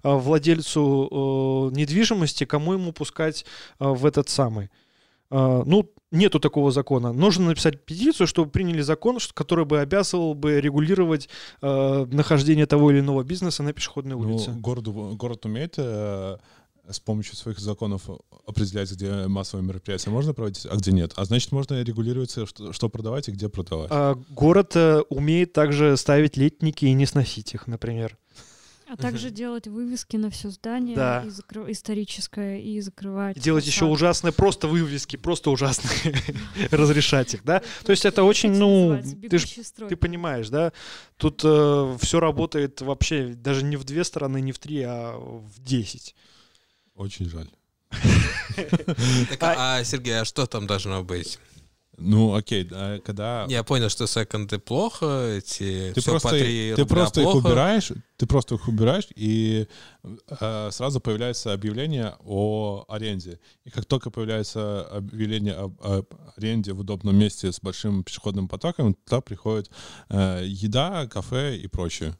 владельцу недвижимости, кому ему пускать в этот самый? Ну, нету такого закона. Нужно написать петицию, чтобы приняли закон, который бы обязывал бы регулировать нахождение того или иного бизнеса на пешеходной улице. Ну, город умеет с помощью своих законов определять, где массовые мероприятия можно проводить, а где нет. А значит, можно регулировать, что продавать и где продавать. Город умеет также ставить летники и не сносить их, например. А также делать вывески на все здание, Да. и историческое, и закрывать. Делать еще фасад. ужасные просто вывески, просто ужасные, разрешать их, да? То есть это очень, Это ну, называется бегущий строй. ты понимаешь, да? Тут все работает вообще даже не в 2 стороны, не в 3, а в 10. Очень жаль. Так, Сергей, а что там должно быть? Ну, окей, когда... Я понял, что секонды плохо, эти Ты всё просто, по 3 ты рубля просто их плохо. убираешь, и сразу появляется объявление о аренде. И как только появляется объявление об аренде в удобном месте с большим пешеходным потоком, туда приходит еда, кафе и прочее.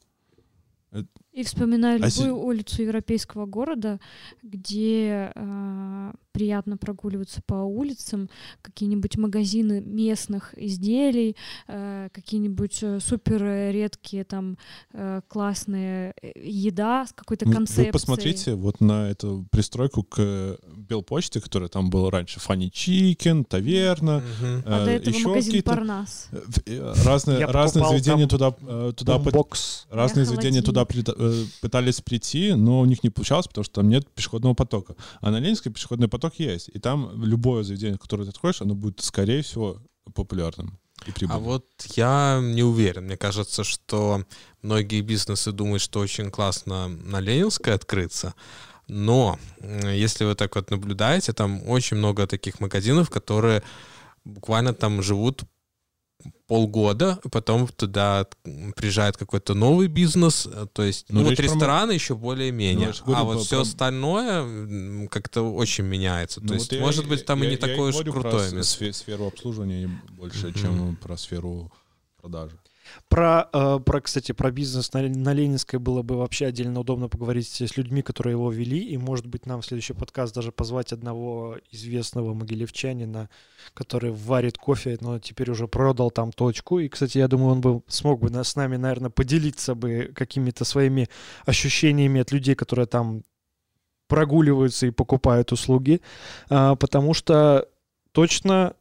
И вспоминаю А любую улицу европейского города, где приятно прогуливаться по улицам, какие-нибудь магазины местных изделий, какие-нибудь супер редкие там классные еда с какой-то концепцией. Вы посмотрите вот на эту пристройку к Белпочте, которая там была раньше. Фанни Чикен, таверна, Мгм. А до этого еще магазин какие-то Парнас. разные Я разные покупал заведения там туда Бокс. разные Я заведения туда пытались прийти, но у них не получалось, потому что там нет пешеходного потока. А на Ленинской пешеходный поток есть. И там любое заведение, которое ты откроешь, оно будет, скорее всего, популярным и А прибыльным. вот я не уверен. Мне кажется, что многие бизнесы думают, что очень классно на Ленинской открыться. Но если вы так вот наблюдаете, там очень много таких магазинов, которые буквально там живут полгода, потом туда приезжает какой-то новый бизнес, то есть, Ну, вот речь про рестораны еще более-менее, я же говорю а вот про- все про- остальное как-то очень меняется. Ну, То вот есть, я- может быть, там и я- не я такое уж говорю крутое про место. сферу обслуживания больше, Мгм. чем про сферу продажи. Кстати, про бизнес на Ленинской было бы вообще отдельно удобно поговорить с людьми, которые его вели, и, может быть, нам в следующий подкаст даже позвать одного известного могилевчанина, который варит кофе, но теперь уже продал там точку. И, кстати, я думаю, он бы смог бы с нами, наверное, поделиться бы какими-то своими ощущениями от людей, которые там прогуливаются и покупают услуги, потому что точно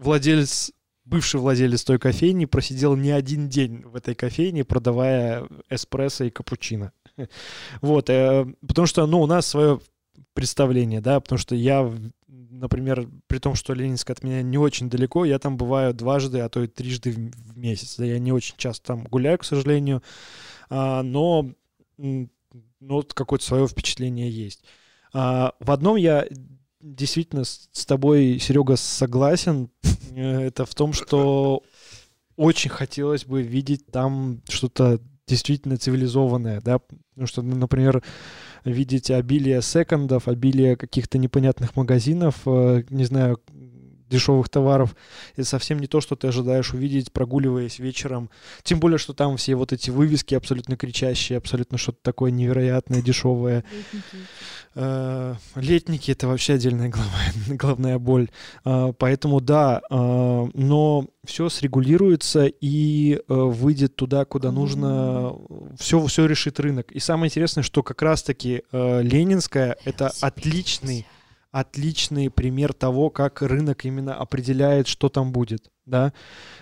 бывший владелец той кофейни просидел не один день в этой кофейне, продавая эспрессо и капучино. Вот, потому что, у нас свое представление, да, потому что я, например, при том, что Ленинская от меня не очень далеко, я там бываю дважды, а то и трижды в месяц. Да, я не очень часто там гуляю, к сожалению, но какое-то свое впечатление есть. В одном я действительно с тобой, Серега, согласен. Это в том, что очень хотелось бы видеть там что-то действительно цивилизованное, да, потому что, например, видеть обилие секондов, обилие каких-то непонятных магазинов, не знаю, дешевых товаров, это совсем не то, что ты ожидаешь увидеть, прогуливаясь вечером. Тем более, что там все вот эти вывески абсолютно кричащие, абсолютно что-то такое невероятное, дешевое. Летники — это вообще отдельная головная боль. Поэтому да, но все срегулируется и выйдет туда, куда нужно. Все решит рынок. И самое интересное, что как раз-таки Ленинская — это отличный пример того, как рынок именно определяет, что там будет, да.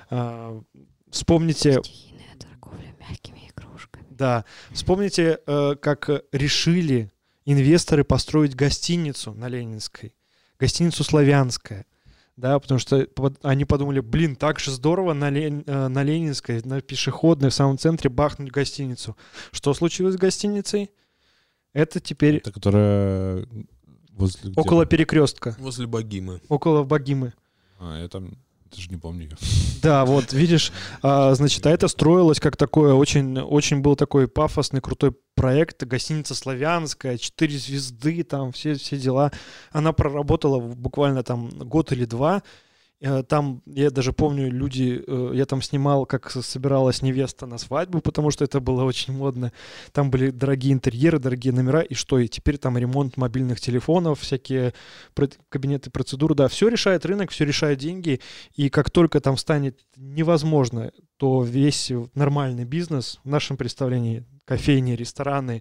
Вспомните... Стихийная торговля мягкими игрушками. Да. Вспомните, как решили инвесторы построить гостиницу на Ленинской, гостиницу «Славянская», да, потому что они подумали, блин, так же здорово на Ленинской, на Пешеходной, в самом центре бахнуть гостиницу. Что случилось с гостиницей? Это теперь... Это которая... Около перекрестка. Возле Богимы. Около Богимы. Я там даже не помню ее. Да, вот, видишь, значит, это строилось как такое, очень, очень был такой пафосный, крутой проект, гостиница «Славянская», 4 звезды, там все дела. Она проработала буквально там год или два. Там, я даже помню, я там снимал, как собиралась невеста на свадьбу, потому что это было очень модно. Там были дорогие интерьеры, дорогие номера, и что? И теперь там ремонт мобильных телефонов, всякие кабинеты процедур. Да, все решает рынок, все решает деньги, и как только там станет невозможно, то весь нормальный бизнес, в нашем представлении, кофейни, рестораны,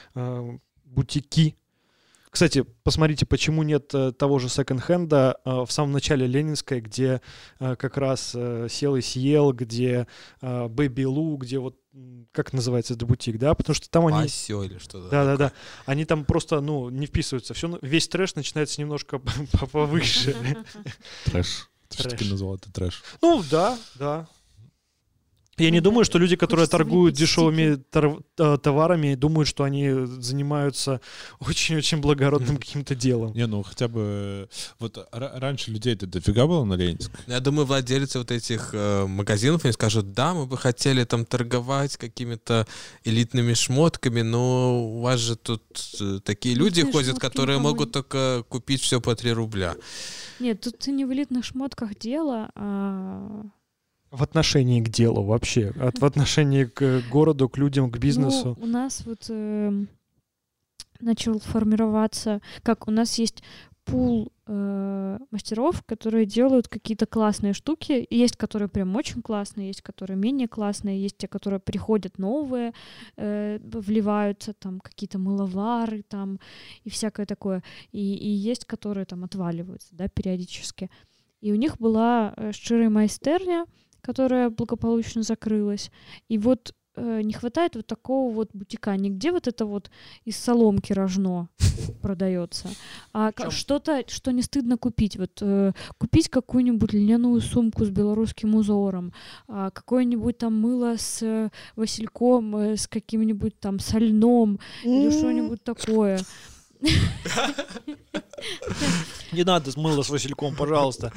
бутики. Кстати, посмотрите, почему нет того же секонд-хенда в самом начале Ленинской, где как раз «Сел и съел», где «Бэби Лу», где вот, как называется этот бутик, да? Потому что там они... Пасё или что-то. Да. Они там просто, не вписываются. Весь трэш начинается немножко повыше. Трэш. Ты все-таки назвал это трэш. Да. Я не думаю, что люди, которые торгуют дешевыми товарами, думают, что они занимаются очень-очень благородным каким-то делом. Хотя бы... Вот раньше людей-то дофига было на Ленинской. Я думаю, владельцы вот этих магазинов, они скажут, да, мы бы хотели там торговать какими-то элитными шмотками, но у вас же тут такие люди ходят, которые могут только купить все по 3 рубля. Нет, тут не в элитных шмотках дело, В отношении к делу вообще, в отношении к городу, к людям, к бизнесу. У нас вот начал формироваться, у нас есть пул мастеров, которые делают какие-то классные штуки. Есть, которые прям очень классные, есть, которые менее классные, есть те, которые приходят новые, вливаются, там какие-то мыловары там и всякое такое. И есть, которые там отваливаются, да, периодически. И у них была «Щирая майстерня», которая благополучно закрылась. И вот не хватает вот такого вот бутика. Нигде вот это вот из соломки рожно продается. А что-то, что не стыдно купить. Вот купить какую-нибудь льняную сумку с белорусским узором, какое-нибудь там мыло с васильком, с каким-нибудь там со льном или что-нибудь такое. Не надо мыло с васильком, пожалуйста.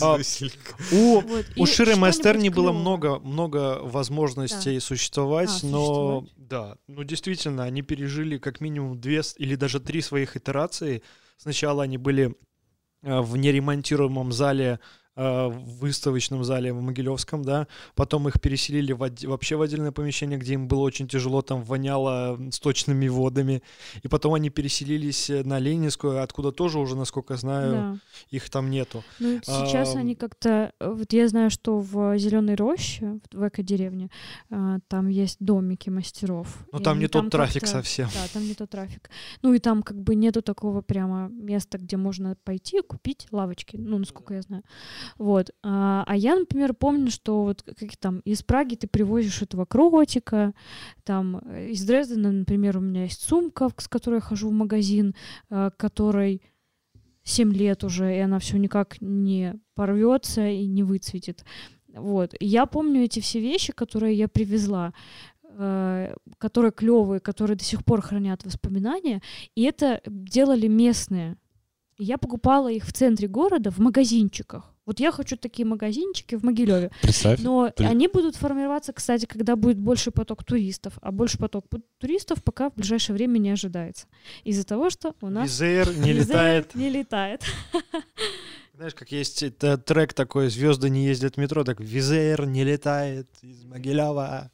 У У «Щирой майстерни» было много возможностей существовать, но да, действительно, они пережили как минимум 2 или даже 3 своих итерации. Сначала они были в неремонтируемом зале, в выставочном зале в Могилевском, да, потом их переселили вообще в отдельное помещение, где им было очень тяжело, там воняло сточными водами, и потом они переселились на Ленинскую, откуда тоже уже, насколько знаю, их там нету. Сейчас они как-то, вот я знаю, что в Зеленой роще, в эко-деревне, там есть домики мастеров. Но там не тот трафик совсем. Да, там не тот трафик. И там как бы нету такого прямо места, где можно пойти купить лавочки, насколько я знаю. Вот. А я, например, помню, что вот как там из Праги ты привозишь этого кротика, там из Дрездена, например, у меня есть сумка, с которой я хожу в магазин, которой 7 лет уже, и она все никак не порвется и не выцветит. Вот. И я помню эти все вещи, которые я привезла, которые клевые, которые до сих пор хранят воспоминания, и это делали местные. И я покупала их в центре города в магазинчиках. Вот я хочу такие магазинчики в Могилеве. Представь. Но они будут формироваться, кстати, когда будет больший поток туристов. А больший поток туристов пока в ближайшее время не ожидается. Из-за того, что у нас... Визер не летает. Не летает. Знаешь, как есть трек такой «Звезды не ездят в метро», так «Визер не летает из Могилева».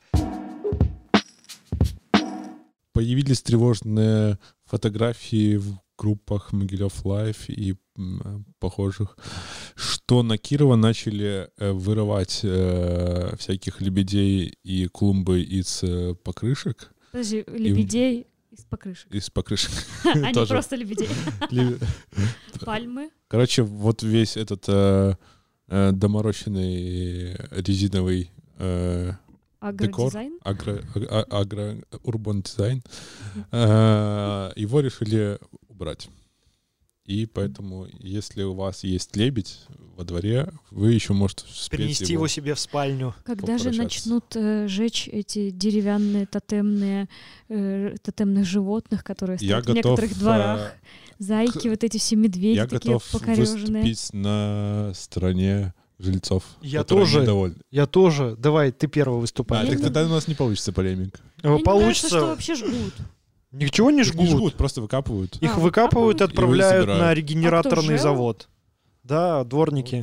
Появились тревожные фотографии в группах Могилев Лайф и похожих, что на Кирова начали вырывать всяких лебедей и клумбы из покрышек. Подожди, лебедей из покрышек. Из покрышек. А не просто лебедей. Пальмы. Короче, вот весь этот доморощенный резиновый декор, агро-урбан дизайн, его решили убрать. И поэтому, если у вас есть лебедь во дворе, вы еще можете перенести его себе в спальню. Когда же начнут жечь эти деревянные тотемных животных, которые стоят в некоторых дворах? Зайки, вот эти все медведи такие покореженные. Я готов выступить на стороне жильцов. Я тоже. Давай, ты первый выступай. Так тогда у нас не получится полемик. Получится. Что вообще жгут. Ничего не жгут. Не жгут, просто выкапывают. Их выкапывают и отправляют на регенераторный завод. Да, дворники.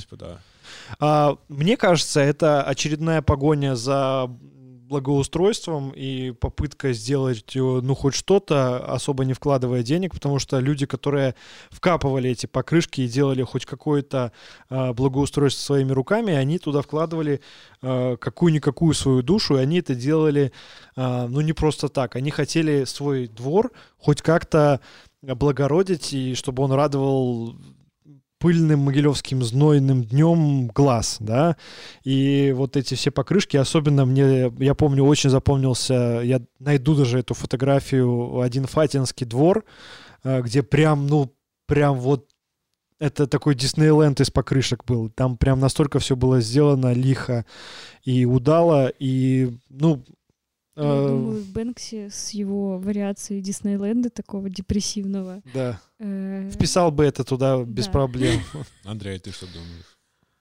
Мне кажется, это очередная погоня за благоустройством и попытка сделать, ну, хоть что-то, особо не вкладывая денег, потому что люди, которые вкапывали эти покрышки и делали хоть какое-то благоустройство своими руками, они туда вкладывали какую-никакую свою душу, и они это делали, ну, не просто так. Они хотели свой двор хоть как-то облагородить, и чтобы он радовал пыльным могилевским знойным днем глаз, да, и вот эти все покрышки, особенно мне, я помню, очень запомнился, я найду даже эту фотографию, один Фатинский двор, где прям вот это такой Диснейленд из покрышек был, там прям настолько все было сделано лихо и удало, и, ну... Я думаю, Бэнкси с его вариацией Диснейленда, такого депрессивного. Да. Вписал бы это туда без проблем. Андрей, ты что думаешь?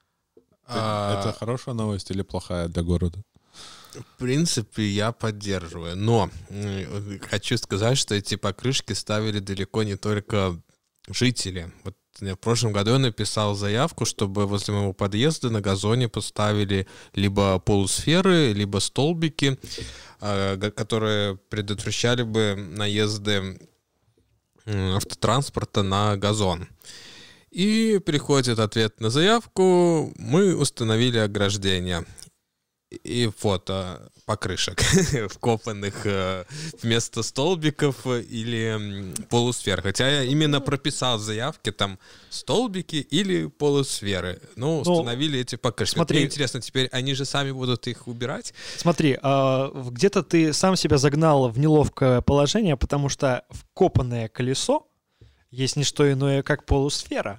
Это хорошая новость или плохая для города? В принципе, я поддерживаю. Но хочу сказать, что эти покрышки ставили далеко не только жители. Вот в прошлом году я написал заявку, чтобы возле моего подъезда на газоне поставили либо полусферы, либо столбики, которые предотвращали бы наезды автотранспорта на газон. И приходит ответ на заявку, мы установили ограждение. И фото покрышек, вкопанных вместо столбиков или полусфер. Хотя я именно прописал в заявке там столбики или полусферы. Ну, установили эти покрышки. Смотри, мне интересно, теперь они же сами будут их убирать? Смотри, где-то ты сам себя загнал в неловкое положение, потому что вкопанное колесо есть не что иное, как полусфера.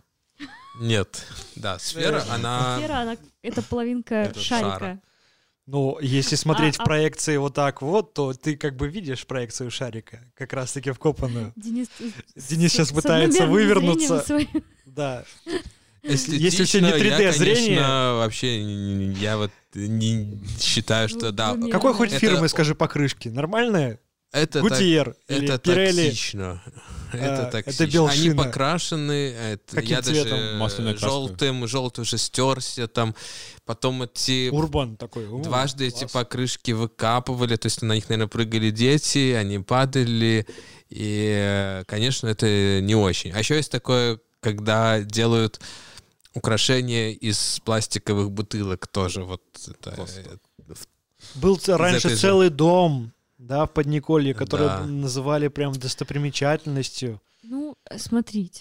Нет. Да, сфера, она... Сфера, это половинка шарика. Ну, если смотреть в проекции вот так вот, то ты как бы видишь проекцию шарика, как раз-таки вкопанную. Денис сейчас пытается вывернуться. Да. Если у тебя не 3D-зрение... Вообще, я вот не считаю, что да. Какой хоть фирмы, скажи, покрышки? Нормальные? Это Гутьер или это Пирелли. Токсично. Это токсично. Это белшина. Они покрашены. Я даже желтый уже стерся там. Потом эти... Урбан такой. Дважды эти покрышки выкапывали. То есть на них, наверное, прыгали дети, они падали. И, конечно, это не очень. А еще есть такое, когда делают украшения из пластиковых бутылок тоже. Вот это... Был раньше целый дом... Да, в Подниколье, которые называли прям достопримечательностью. Ну, смотрите.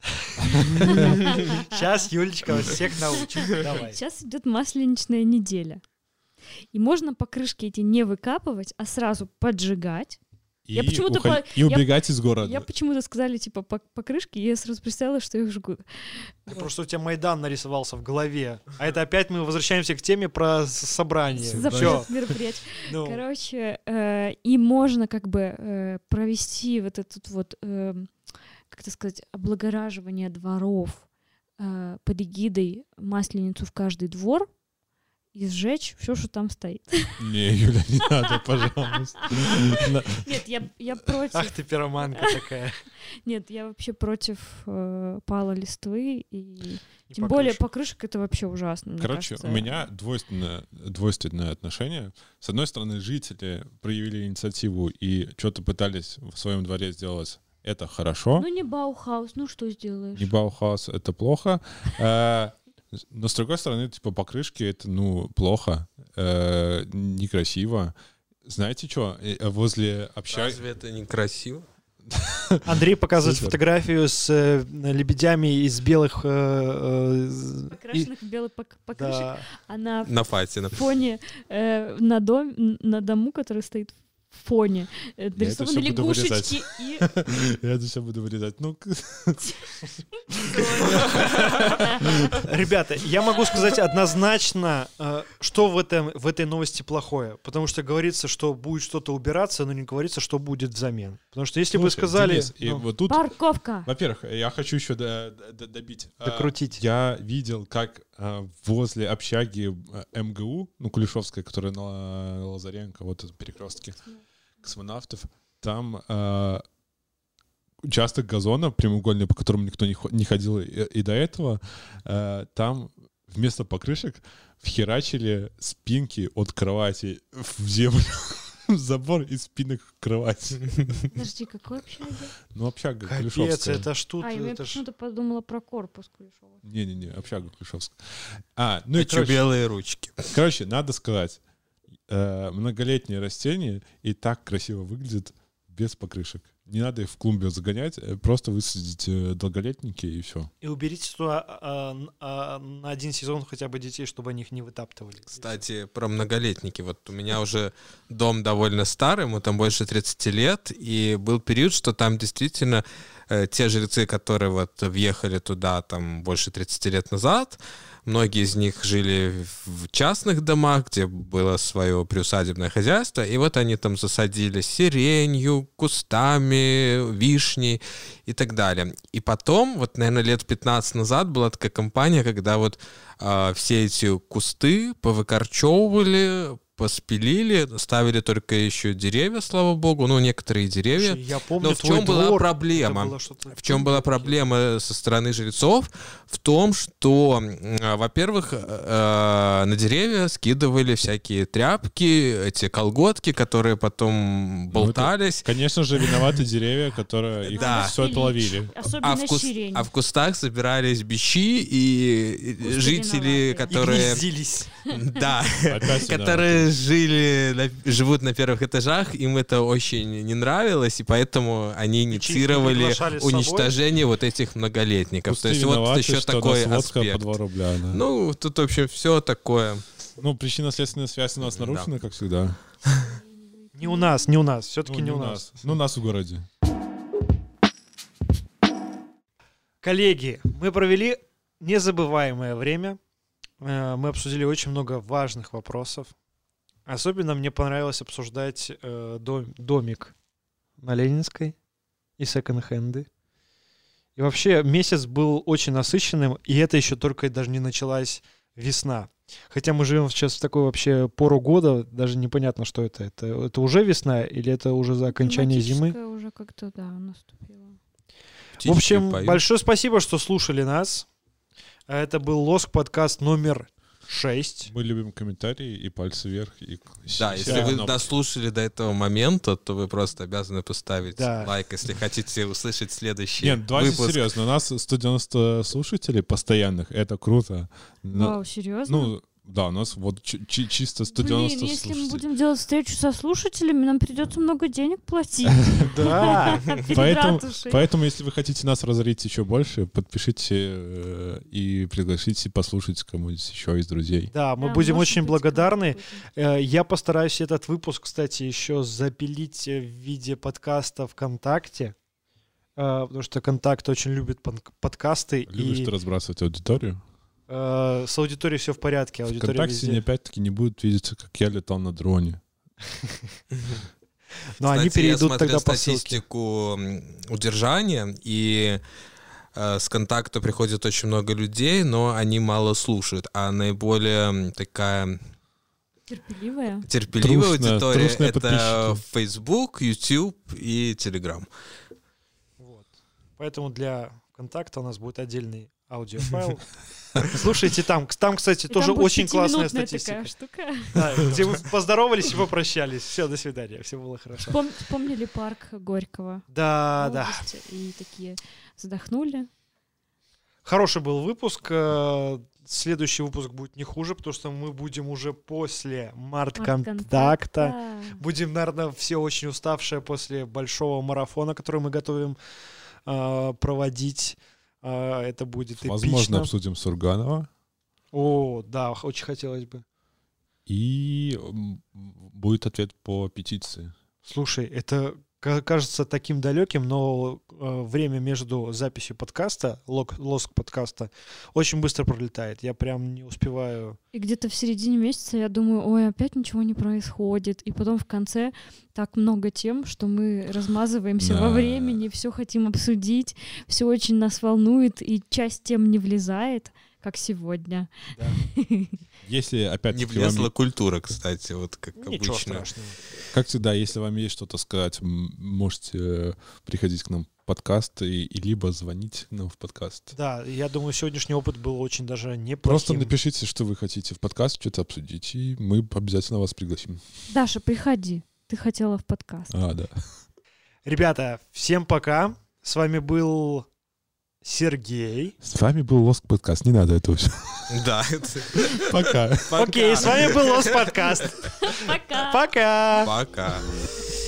Сейчас Юлечка вас всех научит. Давай. Сейчас идет масленичная неделя. И можно покрышки эти не выкапывать, а сразу поджигать. Я почему-то и убегать из города. Я почему-то сказали, типа, покрышки, и я сразу представила, что их жгут. Вот. Просто у тебя Майдан нарисовался в голове. А это опять мы возвращаемся к теме про собрание. Запрет мероприятий. Короче, и можно как бы провести вот этот вот, как это сказать, облагораживание дворов под эгидой Масленицу в каждый двор, и сжечь все, что там стоит. Не, Юля, не надо, пожалуйста. Нет, я против. Ах ты пироманка такая. Нет, я вообще против пала листвы, и тем более покрышек это вообще ужасно. Короче, у меня двойственное отношение. С одной стороны, жители проявили инициативу и что-то пытались в своем дворе сделать. Это хорошо. Ну не Баухаус, ну что сделаешь? Не Баухаус, это плохо. Но с другой стороны, типа, покрышки — это, ну, плохо, некрасиво. Знаете что? Возле общаги... Разве это некрасиво? Андрей показывает фотографию с лебедями из белых... Покрашенных в белый покрышек. Да. А на фоне на дому, который стоит в фоне, нарисованы лягушечки и... Я это все буду вырезать. Ну... Ребята, я могу сказать однозначно, что в этой новости плохое. Потому что говорится, что будет что-то убираться, но не говорится, что будет взамен. Потому что если бы сказали... Денис, вот тут, парковка! Во-первых, я хочу еще добить. Докрутить. Я видел, как возле общаги МГУ, ну, Кулешовская, которая на Лазаренко, вот это перекрестки космонавтов, там участок газона прямоугольный, по которому никто не ходил и до этого, там вместо покрышек вхерачили спинки от кровати в землю. Забор из спинок кровати. Подожди, какой общага? Ну, общага Капец, Кулешовская. это ж тут... я почему-то подумала про корпус Кулешова. Не-не-не, общага Кулешовская. Ну и короче, белые ручки. Короче, надо сказать, многолетние растения и так красиво выглядят без покрышек. Не надо их в клумбе загонять, просто высадить долголетники и все. И уберите туда на один сезон хотя бы детей, чтобы они их не вытаптывали. Кстати, про многолетники. Вот у меня уже дом довольно старый, ему там больше 30 лет, и был период, что там действительно те жильцы, которые вот въехали туда там больше 30 лет назад, многие из них жили в частных домах, где было свое приусадебное хозяйство, и вот они там засадили сиренью, кустами, вишней и так далее. И потом, вот, наверное, лет 15 назад была такая кампания, когда вот все эти кусты повыкорчевывали, поспилили, ставили только еще деревья, слава богу, ну, некоторые деревья. Я помню, но в чем была проблема? В чем была проблема со стороны жрецов? В том, что, во-первых, на деревья скидывали всякие тряпки, эти колготки, которые потом болтались. Это, конечно же, виноваты деревья, которые их все это ловили. А в кустах собирались бичи, и жители, которые... Да, которые живут на первых этажах, им это очень не нравилось, и поэтому они инициировали уничтожение вот этих многолетников. То есть вот еще такой аспект. По 2 рубля, да. Ну, тут, в общем, все такое. Ну, причинно-следственная связь у нас нарушена, как всегда. Не у нас, все-таки не у нас. Ну, у нас в городе. Коллеги, мы провели незабываемое время. Мы обсудили очень много важных вопросов. Особенно мне понравилось обсуждать домик на Ленинской и секонд-хенды. И вообще месяц был очень насыщенным, и это еще только даже не началась весна. Хотя мы живем сейчас в такой вообще пору года, даже непонятно, что это. Это уже весна или это уже за окончание зимы? Уже как-то, да, наступило. В общем, большое спасибо, что слушали нас. Это был Лоск подкаст номер 6. Мы любим комментарии и пальцы вверх. Да, если вы дослушали до этого момента, то вы просто обязаны поставить лайк, если хотите услышать следующий выпуск. Нет, давайте серьезно. У нас 190 слушателей постоянных. Это круто. Вау, серьезно? Ну, Да, у нас вот чисто 190 Блин, если мы слушателей. будем делать встречу со слушателями, нам придется много денег платить. Да. Перед ратушей. Поэтому, если вы хотите нас разорить еще больше, подпишите и пригласите послушать кому-нибудь еще из друзей. Да, мы Да, будем может очень быть, благодарны. какой-то. Я постараюсь этот выпуск, кстати, еще запилить в виде подкаста ВКонтакте, потому что Контакт очень любит подкасты. Любишь И ты разбрасывать аудиторию? с аудиторией все в порядке. Аудитория ВКонтакте везде. опять-таки не будут видеть, как я летал на дроне. Но они Кстати, я перейдут смотрел тогда по ссылке. статистику удержания, и с контакта приходит очень много людей, но они мало слушают, а наиболее такая Терпеливая. терпеливая Трушная аудитория — это подписчики. Facebook, YouTube и Telegram. Вот. Поэтому для контакта у нас будет отдельный аудиофайл. Слушайте там. Там, кстати, И тоже там будет очень классная 5-минутная статистика. такая штука. Да, где вы поздоровались и попрощались. Все, до свидания. Все было хорошо. Вспомнили парк Горького. Да, в да. августе, И такие вздохнули. Хороший был выпуск. Следующий выпуск будет не хуже, потому что мы будем уже после март-контакта. Да. Будем, наверное, все очень уставшие после большого марафона, который мы готовим проводить. Это будет Возможно, эпично. обсудим Сурганова. О, да, очень хотелось бы. И будет ответ по петиции. Слушай, это кажется таким далеким, но время между записью подкаста, лоск подкаста, очень быстро пролетает. Я прям не успеваю. И где-то в середине месяца я думаю, ой, опять ничего не происходит. И потом в конце так много тем, что мы размазываемся во Да. времени, все хотим обсудить, все очень нас волнует, и часть тем не влезает, как сегодня. Да. Если Не опять-таки влезла вам, культура, кстати, вот как Ничего обычно. страшного. как всегда, если вам есть что-то сказать, можете приходить к нам в подкаст и либо звонить нам в подкаст. Да, я думаю, сегодняшний опыт был очень даже неплохим. Просто напишите, что вы хотите в подкаст что-то обсудить, и мы обязательно вас пригласим. Даша, приходи. Ты хотела в подкаст. Да. Ребята, всем пока. С вами был Сергей. С вами был Лоск подкаст. Не надо этого все. Да. Пока. Окей, с вами был Лос подкаст. Пока. Пока. Пока.